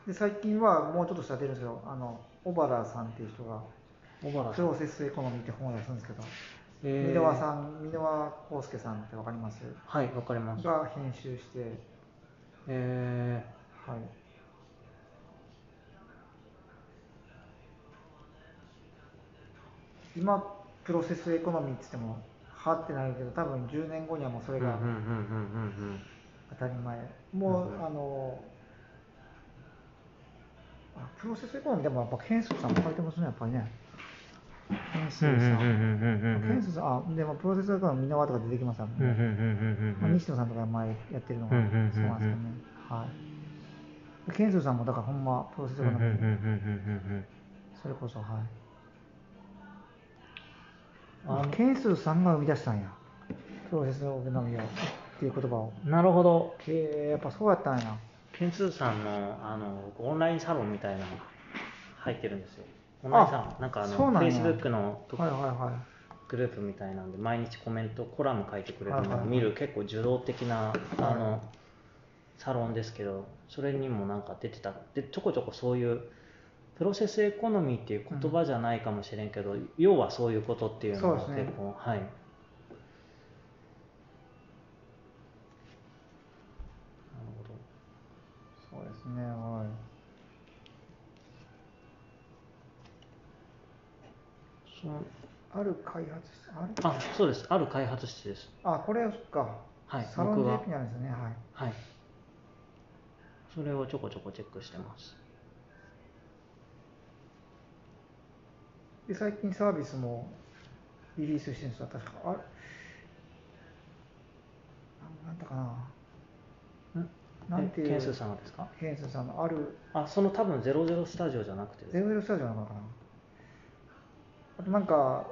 で最近はもうちょっとしたら出るんですけど、あの小原さんっていう人がプロセスエコノミーって本を出すんですけど、えー、箕輪さん、箕輪康介さんってわかります？ はい、わかります。 が編集して、 えー、はい。 今プロセスエコノミーって言ってもはってないけど、多分じゅうねんごにはもうそれが当たり前。もう、うんうん、あのプロセスエコノミーでもやっぱケンスーさんも書いてますね、やっぱりね。ケンスーさん。ケンスーさん、あ、でもプロセスエコノミーみんなわとか出てきますよね。まあ、西野さんとか前やってるのがそうなんですけどね。はい。ケンスーさんもだからほんまプロセスエコノミー。それこそ、はい。あ、ケンスーさんが生み出したんや。プロセスエコノミーをっていう言葉を。 なるほど。 へえ、やっぱそうやったんや。 ケンスーさんのあのオンラインサロンみたいなの入ってるんですよ。オンラインサロン、なんかあの、フェイスブックのグループみたいなんで、毎日コメント、コラム書いてくれるのを見る、結構受動的なあのサロンですけど、それにもなんか出てた。で、ちょこちょこそういう、プロセスエコノミーっていう言葉じゃないかもしれんけど、うん、要はそういうことっていうのが結構、ね、はい。 そうですね、はい。そのある開発室、あるあ、そうです、ある開発室です。 あ、これか。 はい、 サロン ジェーピー なんですね、はい。 はい。それをちょこちょこチェックしてます。 で、最近サービスもリリースしてるんですよ、確か。あれなんだかな。 なんていうケンスーさんがですか？ ケンスーさんのあるあ、その多分ゼロゼロスタジオじゃなくてゼロゼロスタジオなのかな。あとなんか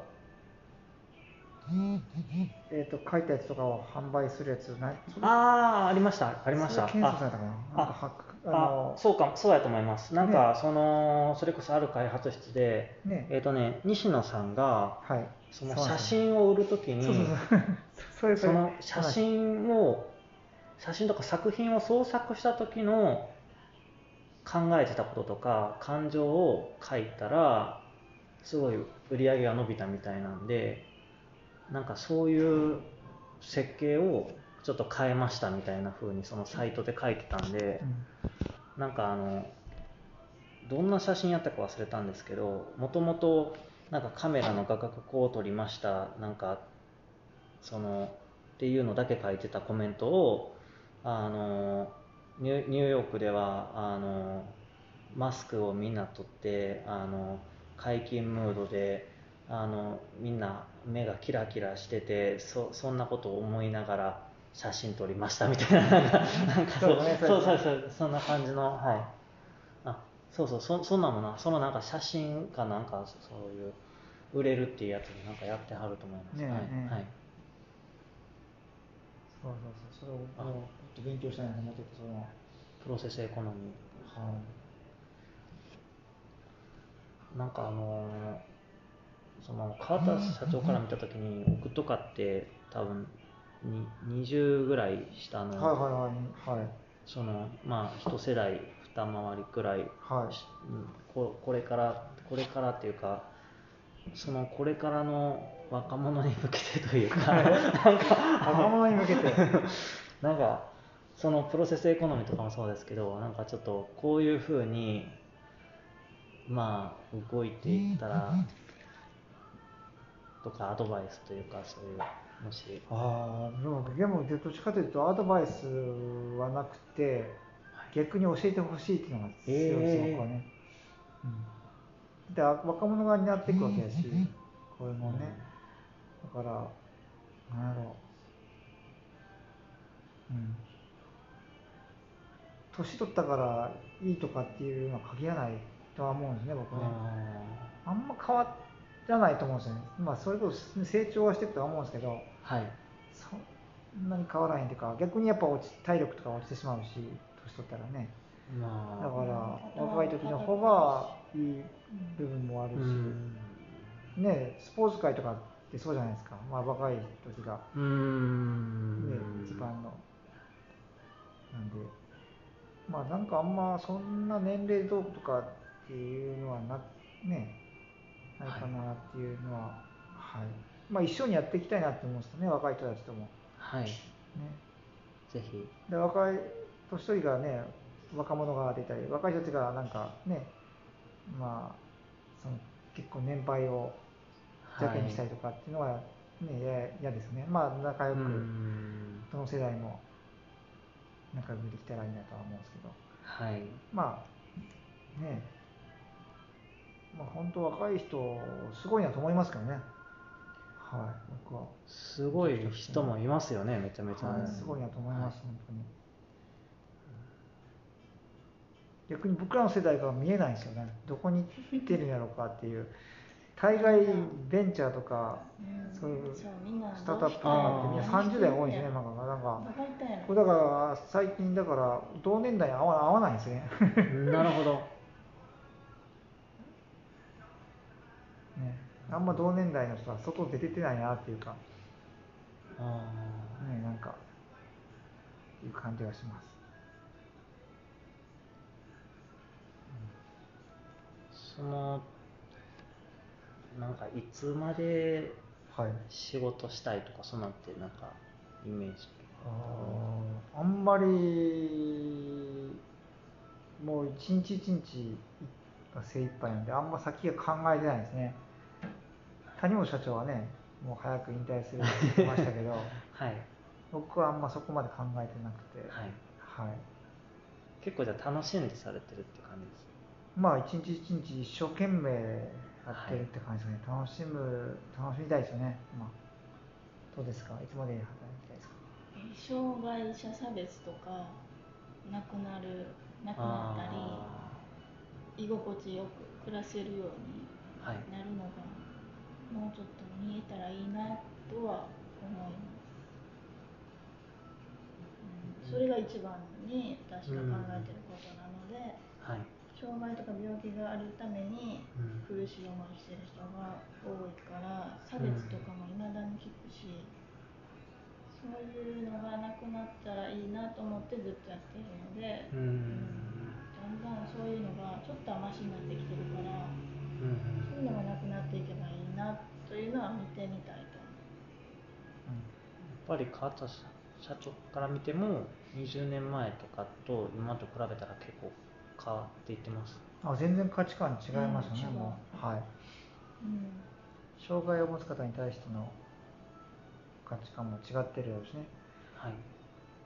えっと書いたやつとかを販売するやつない？ ああ、ありましたありました。 ケンスーさんだったかな。 あああそうかそうやと思います。なんか、ね、そのそれこそある開発室で、ね、えっ、ー、とね西野さんが、はい、その写真を売るときにその写真を写真とか作品を創作した時の考えてたこととか感情を書いたらすごい売り上げが伸びたみたいなんで、なんかそういう設計をちょっと変えましたみたいな風にそのサイトで書いてたんで、うん、なんかあのどんな写真やったか忘れたんですけど、もともとなんかカメラの画角こう撮りましたなんかそのっていうのだけ書いてたコメントをあのニュニューヨークではあのマスクをみんな取ってあの解禁ムードであのみんな目がキラキラしてて そ, そんなことを思いながら写真撮りましたみたいななんかそうそうそうそうそんな感じのはいあそうそう そ, そんなもんなそのなんか写真かなんかそういう売れるっていうやつでなんかやってはると思います。 ねえ、 はい、 ねえ、 はい、 そうそうそう、それをもうちょっと勉強したいなと思ってて、そのプロセスエコノミー、はい、なんかあのその川田社長から見たときに僕とかって多分ににじゅうぐらい下の、 はいはいはいはい、 そのまあ一世代二回りくらい、 はい、 ここれからこれからっていうかそのこれからの若者に向けてというか若者に向けてなんかそのプロセスエコノミーとかもそうですけどなんかちょっとこういうふうにまあ動いていったらとかアドバイスというかそういうもしああでもでもどっちかというとアドバイスはなくて逆に教えてほしいっていうのが強いです、えー、僕はね、うん、で若者が担っていくわけだしこれもね、うん、だからなんだろう、うん、年取ったからいいとかっていうのは限らないとは思うんですね僕ね。あんま変わらないと思うんですよね。まあそれこそ成長はしていくとは思うんですけど、 はい、 そんなに変わらないというか逆にやっぱ落ち体力とか落ちてしまうし年取ったらね、まあ、だから若い時の方がいい部分もあるし、ね、スポーツ界とかってそうじゃないですか、まあ、若い時が、 うーん、 ね、一番のなんでまあなんかあんまそんな年齢どうとかっていうのはなねないかなっていうのは、はい、はい、まあ一緒にやっていきたいなって思うんですよね若い人たちとも、 はい、ね、ぜひで若い年寄りがね若者が出たり若い人たちがなんかねまあその結構年配を邪険にしたりとかっていうのはね嫌ですね。まあ仲良くどの世代も仲良くできたらいいなとは思うんですけど、 はい、 まあねまあ本当若い人すごいなと思いますけどね。はい、僕はすごい人もいますよねめちゃめちゃ、 はい、すごいなと思います、はい、本当に。逆に僕らの世代が見えないんですよね。どこに行ってるんやろうかっていう。大概ベンチャーとか、うん、そういうスタートアップとかってみんなさんじゅう代が多いんですね。なんかなんかこれだから最近だから同年代に合わ合わないんですね。 なるほど。 ね、あんま同年代の人は外出ててないなっていうか、 あね、なんかいう感じがします。 そのなんかいつまで仕事したいとか、はい、そんなんてなんかイメージああんまりもう一日一日が精一杯なんであんま先が考えてないですね。谷本社長はねもう早く引退するって言ってましたけど、はい、僕はあんまそこまで考えてなくて、はいはい、 結構じゃあ楽しんでされてるって感じです。 まあ一日一日一生懸命やってるって感じですね、はい、楽しむ楽しみたいですよね、まあ、どうですかいつまで働きたいですか。 障害者差別とかなくなるなくなったり居心地よく暮らせるようになるのが、はい、もうちょっと見えたらいいなとは思います、うん、それが一番に私が考えてることなので、うんはい、障害とか病気があるために苦しい思いしてる人が多いから差別とかも未だに聞くし、そういうのがなくなったらいいなと思ってずっとやっているので、うん、だんだんそういうのがちょっとはマシになってきてるから、うん、そういうのがなくなっていけばいいなというのは見てみたいと思う、うん、 やっぱり川田社長から見てもにじゅうねんまえとかと今と比べたら結構変わっていってます。 あ全然価値観違いますよね、うん、もう、はい、うん、障害を持つ方に対しての価値観も違ってるようですね。はい。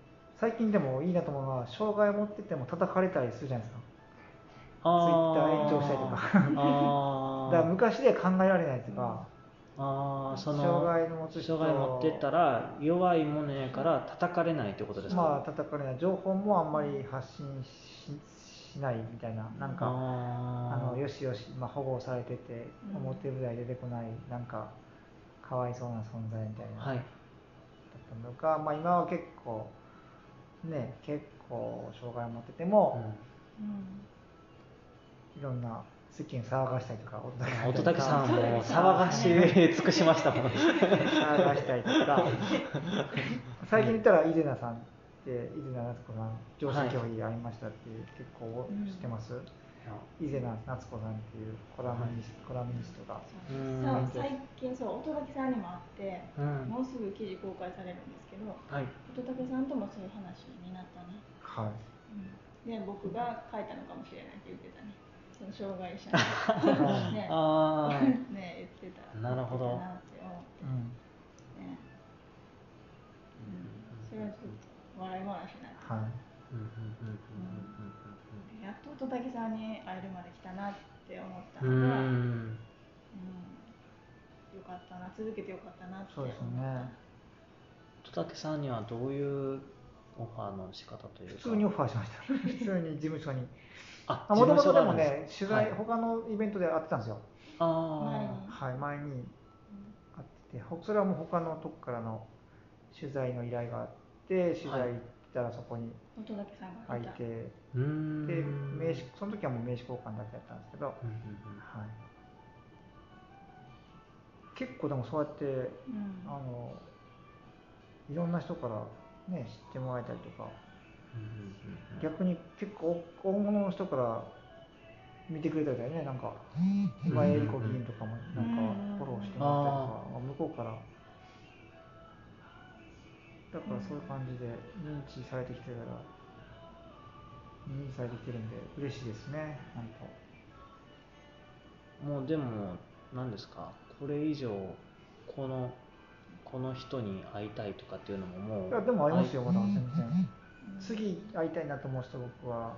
最近でもいいなと思うのは、障害を持ってても叩かれたりするじゃないですか。ツイあッター炎上したりとか。 あだから昔で考えられないとか、 あその障害の持つ人障害持ってたら弱いものやから叩かれないってことですか。 まあ叩かれない、情報もあんまり発信 し, しないみたいな、なんかあのよしよし、まあ、保護されてて表舞台出てこない、なんかかわいそうな存在みたいな、はい、だったのが、まあ、今は結構ね、結構障害を持ってても、うん、いろんな世間騒がしたりとか、 乙武さんも騒がし尽くしましたもん騒がしたりとか最近言ったら伊勢名さんって伊勢名夏子さん上司競技会いましたっていう、結構知ってます、うん、伊勢名夏子さんっていうコラムニスト、コラムニストが最近そう乙武さんにも会って、うん、もうすぐ記事公開されるんですけど、はい、乙武さんともそういう話になったね。はい、うん、で僕が書いたのかもしれないって言ってたね。その障害者ねあね言ってた。 なるほど。 なって思って、うんねうん、それはちょっと笑い話になって、はい、やっと乙武さんに会えるまで来たなって思ったのが、うん、うん、よかったな、続けてよかったなって思った。そうですね。 乙武さんにはどういうオファーの仕方というか。 普通にオファーしました普通に事務所に。あ、もともとでもね、取材、はい、他のイベントで会ってたんですよ。ああ、はい、前に会ってて、それはもう他のとこからの取材の依頼があって、取材行ったらそこに空いて、はい、で名刺、その時はもう名刺交換だけやったんですけど、うんうんうん、はい、結構でもそうやって、うん、あのいろんな人から、ね、知ってもらえたりとか、逆に結構大物の人から見てくれたりだよね、なんか今江里子議員とかもなんかフォローしてもらったりとか、向こうからだからそういう感じで認知されてきてたら認知されてきてるんで嬉しいですね。なんともうでも何ですか、これ以上このこの人に会いたいとかっていうのももう、 いやでもありますよ、まだ全然。次会いたいなと思う人、僕は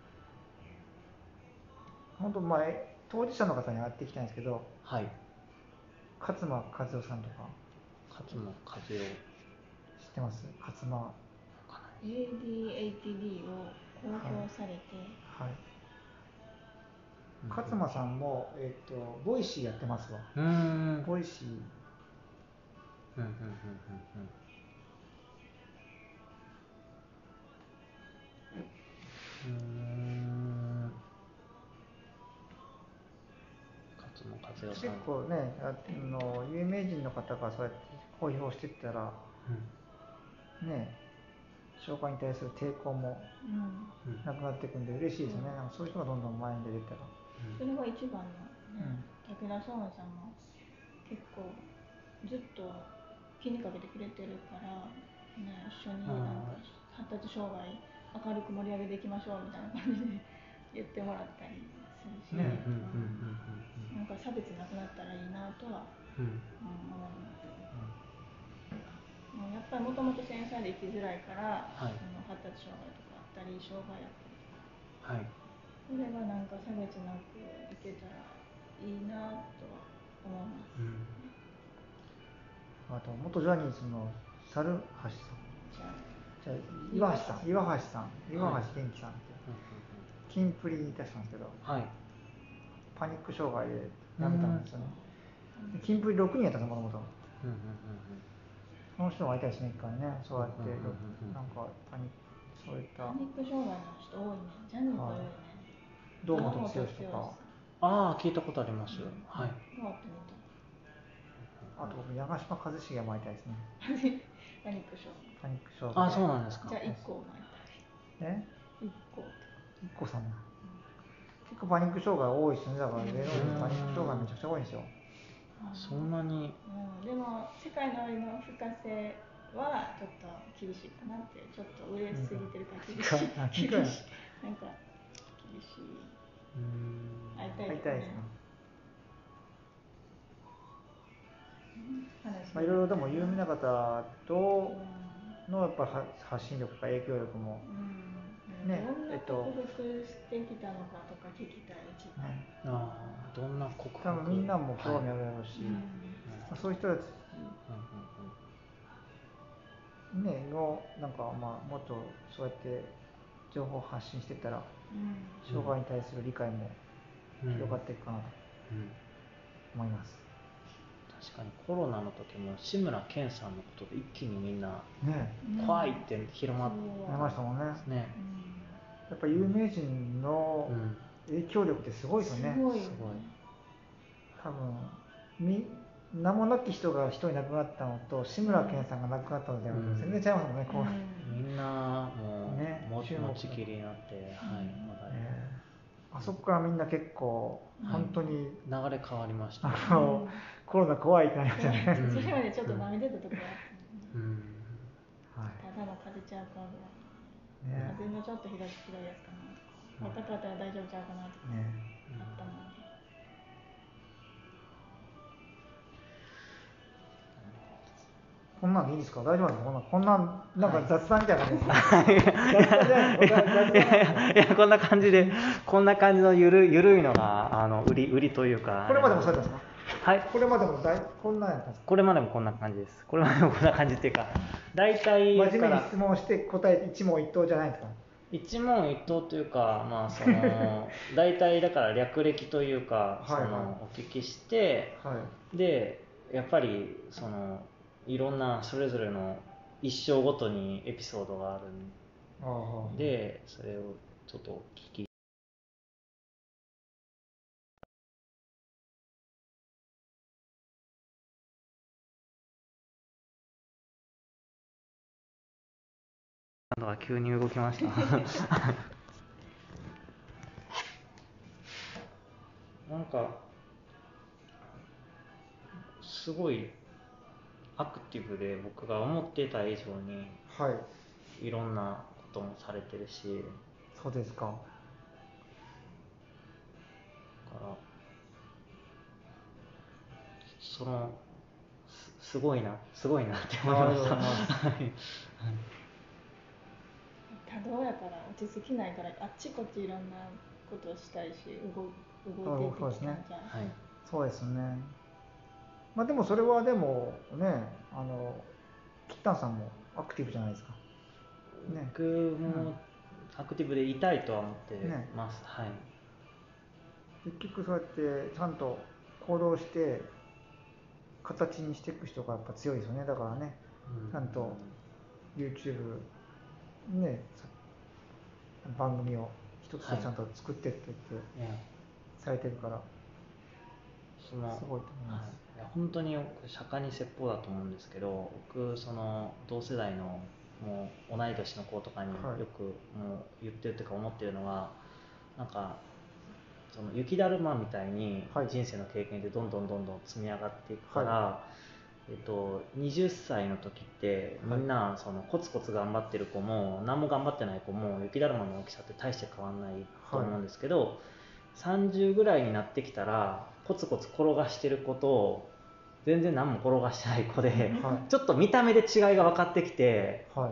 本当前当事者の方に会っていきたいんですけど、はい、勝間和代さんとか。 勝間和代知ってます？勝間エーディーエイチディー を公表されて、はい、はい、 勝間さんも、えー、とボイシーやってますわ。うん、ボイシー、うんうんうんうんうん、うーん、勝間和代さん結構ね、あの有名人の方がそうやって公表していったら、うん、ね、障害に対する抵抗もなくなっていくんで嬉しいですよね、うん、なんかそういう人がどんどん前に出てたら、 うん、それが一番の、ね、うん、武田壮馬さんも結構ずっと気にかけてくれてるから、ね、一緒になんか発達障害明るく盛り上げていきましょうみたいな感じで言ってもらったりするし、ね、なんか差別なくなったらいいなとは、うんうん、思います。うん、やっぱりもともと繊細で生きづらいから、はい、その発達障害とかあったり障害あったりとか、はい、それがなんか差別なくいけたらいいなとは思います、うん、 あと元ジャニーズの猿橋さん、じゃあ岩橋さん岩橋さん岩橋元気さんって、はい、キンプリにいた人なんですけど、はい、パニック障害で辞めたんですよね、うん、キンプリろくにんやったんですよ、もともと。その人も会いたいしね、一回ね、そうやって、うんうんうんうん、なんかパニック、そういったパニック障害の人多いね、ジャニーズ多いね、 堂本剛とか。 ああ、聞いたことあります、うん、はい。 あと僕、長嶋一茂も会いたいですね。 パニック障害。 パニック障害。 あ、そうなんですか。 じゃあ一個も会いたい。え？一個。 一個さんも。結構パニック障害多いですね。だから芸能人パニック障害めちゃくちゃ多いんですよ。 そんなに、 うん、でも世界の終わりの深瀬はちょっと厳しいかなって、ちょっと上すぎてるから厳しい、厳しい、なんか厳しい。うん、会いたい、ね、 会いたいですね。まあ、いろいろでも有名な方とのやっぱ発信力とか影響力も、 うん、ね、えっと、どんな克服してきたのかとか聞きたい、一番、ね、 あどんな克服、 多分みんなも興味あるだろうし、はい、うん、そういう人たち、うんうんうん、ねのなんかまあもっとそうやって情報を発信してたら、うん、障害に対する理解も広がっていくかなと思います。 うんうん、確かにコロナの時も志村けんさんのことで一気にみんな、ね、怖いって広まってましたもんね。 ね、 やっぱ有名人の影響力ってすごいですよね。すごい。多分み名もなき人が一人亡くなったのと志村けんさんが亡くなったのでは全然違いますもんね。こうみんなもう、ね、持ちきりになって、はい、話題、 えー、あそこからみんな結構本当に、 はい、流れ変わりました、ね、 あのコロナ怖いってなりましたね。 それまでちょっと舐めてたところあったので、 はい、 ただの風邪ちゃうかぐらい、ね、風邪のちょっとひどいやつかなとか、若かったら大丈夫ちゃうかなとか、ね、あったもんで。 こんなんでいいんですか？大丈夫ですか？こんな、こんな、なんか雑談みたいな感じですか？雑談じゃないですか？ いや、こんな感じで、こんな感じのゆる、ゆるいのが、あの、売り、売りというか。 これまでもそうだったんですか？ はい。 これまでもだい、こんなんやったんですか？ これまでもこんな感じです。これまでもこんな感じっていうか、大体。 真面目に質問して答えて一問一答じゃないですか？ 一問一答というか、まあ、その、大体だから略歴というか、その、お聞きして、はい、で、やっぱり、その、いろんなそれぞれの一生ごとにエピソードがあるんで、それをちょっとお聞きなんか急に動きましたなんかすごいアクティブで僕が思っていた以上に、はい、いろんなこともされてるし。 そうですか。 だからその す, すごいなすごいなって思いました多動やから落ち着きないからあっちこっちいろんなことをしたいし動, 動いていってきたんじゃん。 そうですね。まあでもそれはでもね、あのキッタンさんもアクティブじゃないですか。 ね、僕もアクティブでいたいとは思ってます、ね、はい。 結局そうやってちゃんと行動して形にしていく人がやっぱ強いですよね。だからね、うん、ちゃんと YouTube ね番組を一つちゃんと作ってって言って、はい、されてるからそのすごいと思います。はい、本当に釈迦に説法だと思うんですけど、僕その同世代のもう同い年の子とかによくもう言ってるというか思ってるのは、なんかその雪だるまみたいに人生の経験でどんどんどんどん積み上がっていくから、はい、えっと、はたちの時ってみんなそのコツコツ頑張ってる子も何も頑張ってない子も雪だるまの大きさって大して変わらないと思うんですけど、はい、さんじゅうぐらいになってきたらコツコツ転がしてる子と全然何も転がしてない子で、はい、ちょっと見た目で違いが分かってきて、はい、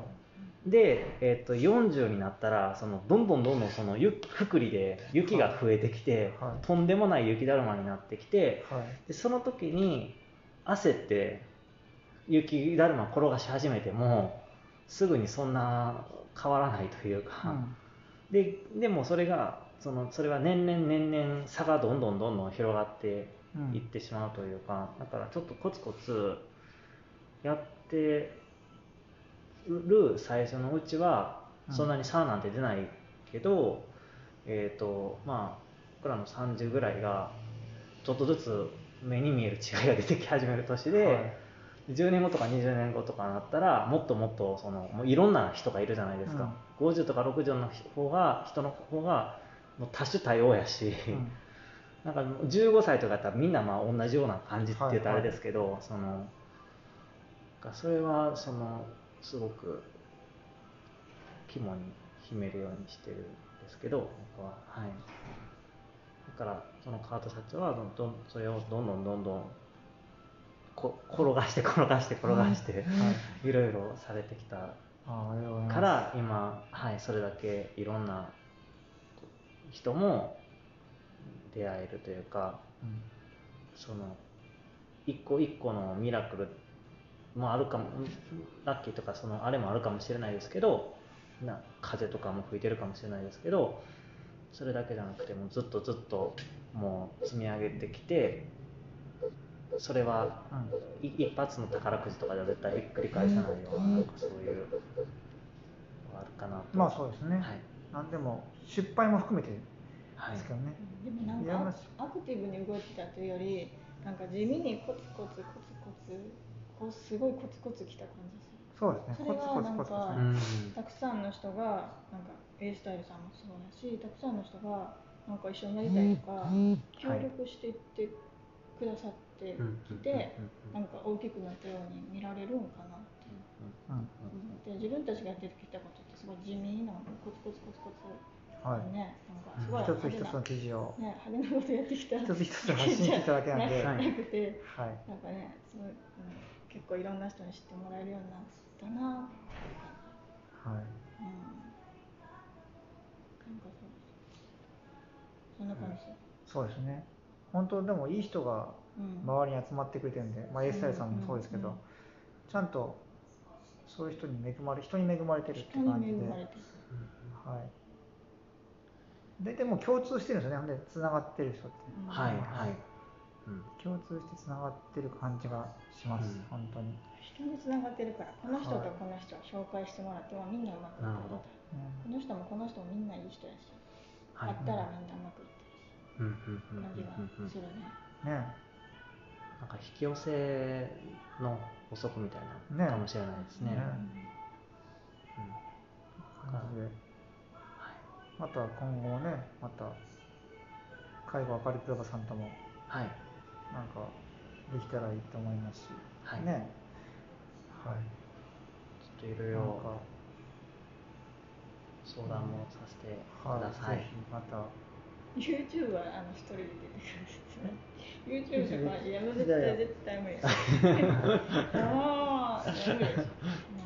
で、えー、とよんじゅうになったらそのどんどんどんどんそのふくりで雪が増えてきて、はい、とんでもない雪だるまになってきて、はい、でその時に焦って雪だるま転がし始めてもすぐにそんな変わらないというか、うん、で, でもそれがそのそれは年々年々差がどんどんどんどん広がっていってしまうというか、だからちょっとコツコツやってる最初のうちはそんなに差なんて出ないけど、うん、えっとまあ僕らのさんじゅうぐらいがちょっとずつ目に見える違いが出てき始める年で、はい、じゅうねんごとかにじゅうねんごとかになったらもっともっとそのもういろんな人がいるじゃないですか、うん、ごじゅうとかろくじゅうの方が人の方がもう多種多様やし、うん、なんかじゅうごさいとかだったらみんなまあ同じような感じって言うとあれですけど、はいはい、そのそれはそのすごく肝に秘めるようにしてるんですけど僕は、はい、だからそのカート社長はどんどんそれをどんどんどんどんこ転がして転がして転がして、うん、いろいろされてきたから今、はい、それだけいろんな人も出会えるというか、うん、その一個一個のミラクルもあるかも、ラッキーとかそのあれもあるかもしれないですけど、な風とかも吹いてるかもしれないですけど、それだけじゃなくてもずっとずっともう積み上げてきて、それは、うん、一発の宝くじとかでは絶対ひっくり返さないような、なんかそういうのがあるかなと。 まあそうですね、はい、なんでも失敗も含めてですけどね、はい、 でもなんかアクティブに動いてたというより、なんか地味にコツコツコツコツこうすごいコツコツきた感じでする。 そうですね。 それがなんかたくさんの人がなんか A スタイルさんもそうだし、たくさんの人がなんか一緒にやりたいとか協力していってくださってきて、なんか大きくなったように見られるんかなっていう。で自分たちがやってきたことってすごい地味なコツコツコツコツ。はい、ね、なんかすごい一つ一つの記事を、 ね、派手なことやってきた一つ一つ発信していただけなんで、 なくて、はい、なんかね、すごい、うん、結構いろんな人に知ってもらえるようになったなっていう感じ。はい。うん。なんかそうそんな感じ、うん。 そうですね。本当でもいい人が周りに集まってくれてるんで、うん、まあ A スタイルさんもそうですけど、うんうんうん、ちゃんとそういう人に恵まれ、人に恵まれてるって感じで、はい。ででも共通してるんですよね、でつながってる人って、 うん、はいはい、 うん、共通してつながってる感じがします、うん、本当に人につながってるから、この人とこの人を紹介してもらってもみんなうまくいってる、この人もこの人もみんないい人やし、はい、会ったらみんなうまくいってるし、うん、感じがするね。 ね、 なんか引き寄せの法則みたいなかもしれないですね。ね、 うん、感じで、また今後ね、また介護明るいクラブさんとも、はい、なんかできたらいいと思いますし、はい、ね、はい、 ちょっといろいろ相談もさせてください。 はい、ぜひまた。 YouTube はあの一人で出てくるんですね。YouTube とかいや絶対絶対無理です。ああ、無理です。そんなことないです。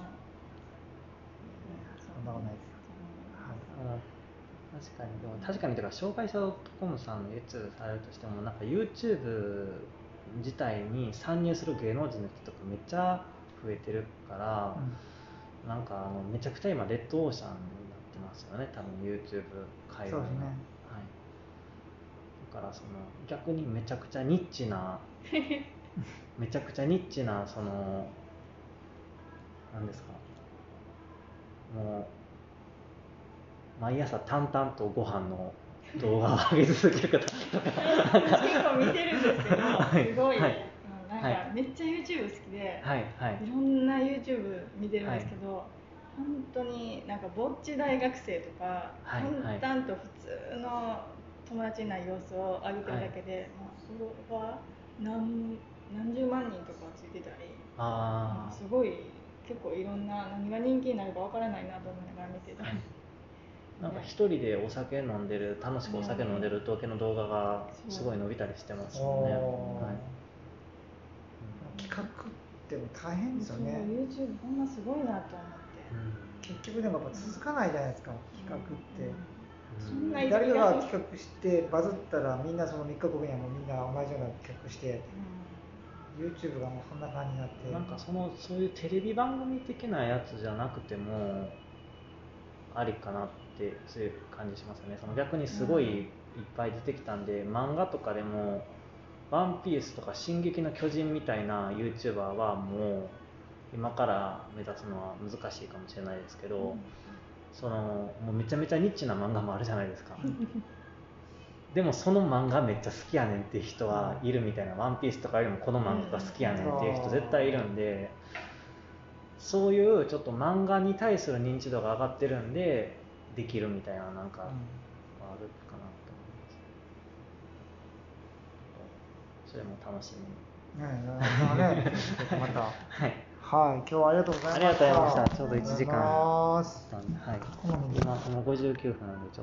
はい。確かに、でも確かにというか、障害者 .com さんの YouTube されるとしても、なんか YouTube 自体に参入する芸能人の人とかめっちゃ増えてるから、うん、なんかあのめちゃくちゃ今レッドオーシャンになってますよね、多分 YouTube 界隈が。そうですね。はい。だからその逆にめちゃくちゃニッチなめちゃくちゃニッチなその何ですか、もう毎朝淡々とご飯の動画を上げ続ける方とか結構見てるんですけど、はい、すごい、はい、なんかめっちゃ YouTube 好きで、はいはい、いろんな YouTube 見てるんですけど、はい、本当になんかぼっち大学生とか、はい、淡々と普通の友達いない様子を上げてるだけで、はい、まあ、フォロワー 何, 何十万人とかついてたり、あ、すごい結構いろんな何が人気になるかわからないなと思いながら見てたり、はい、 なんか一人でお酒飲んでる、楽しくお酒飲んでるだけの動画がすごい伸びたりしてますよね。はい、 企画っても大変ですよね。 YouTube ほんますごいなと思って、 うん、結局でもやっぱ続かないじゃないですか、企画って。うん、誰かが企画してバズったらみんなそのみっかごにはもうみんな同じような企画して、うん、YouTube がもうそんな感じになって、 なんかそのそういうテレビ番組的なやつじゃなくてもありかなってそういう感じしますよね。その逆にすごいいっぱい出てきたんで、うん、漫画とかでもワンピースとか進撃の巨人みたいな YouTuber はもう今から目指すのは難しいかもしれないですけど、うん、そのもうめちゃめちゃニッチな漫画もあるじゃないですかでもその漫画めっちゃ好きやねんっていう人はいるみたいな、ワンピースとかよりもこの漫画が好きやねんっていう人絶対いるんで、そういうちょっと漫画に対する認知度が上がってるんでできるみたいななんかあるかなと思います。それも楽しみに。 ねえ、ねえ、また。はい。はい、今日はありがとうございました。 ありがとうございました。ちょうどいちじかん。はい。今もうごじゅうきゅうふんなんでちょっと。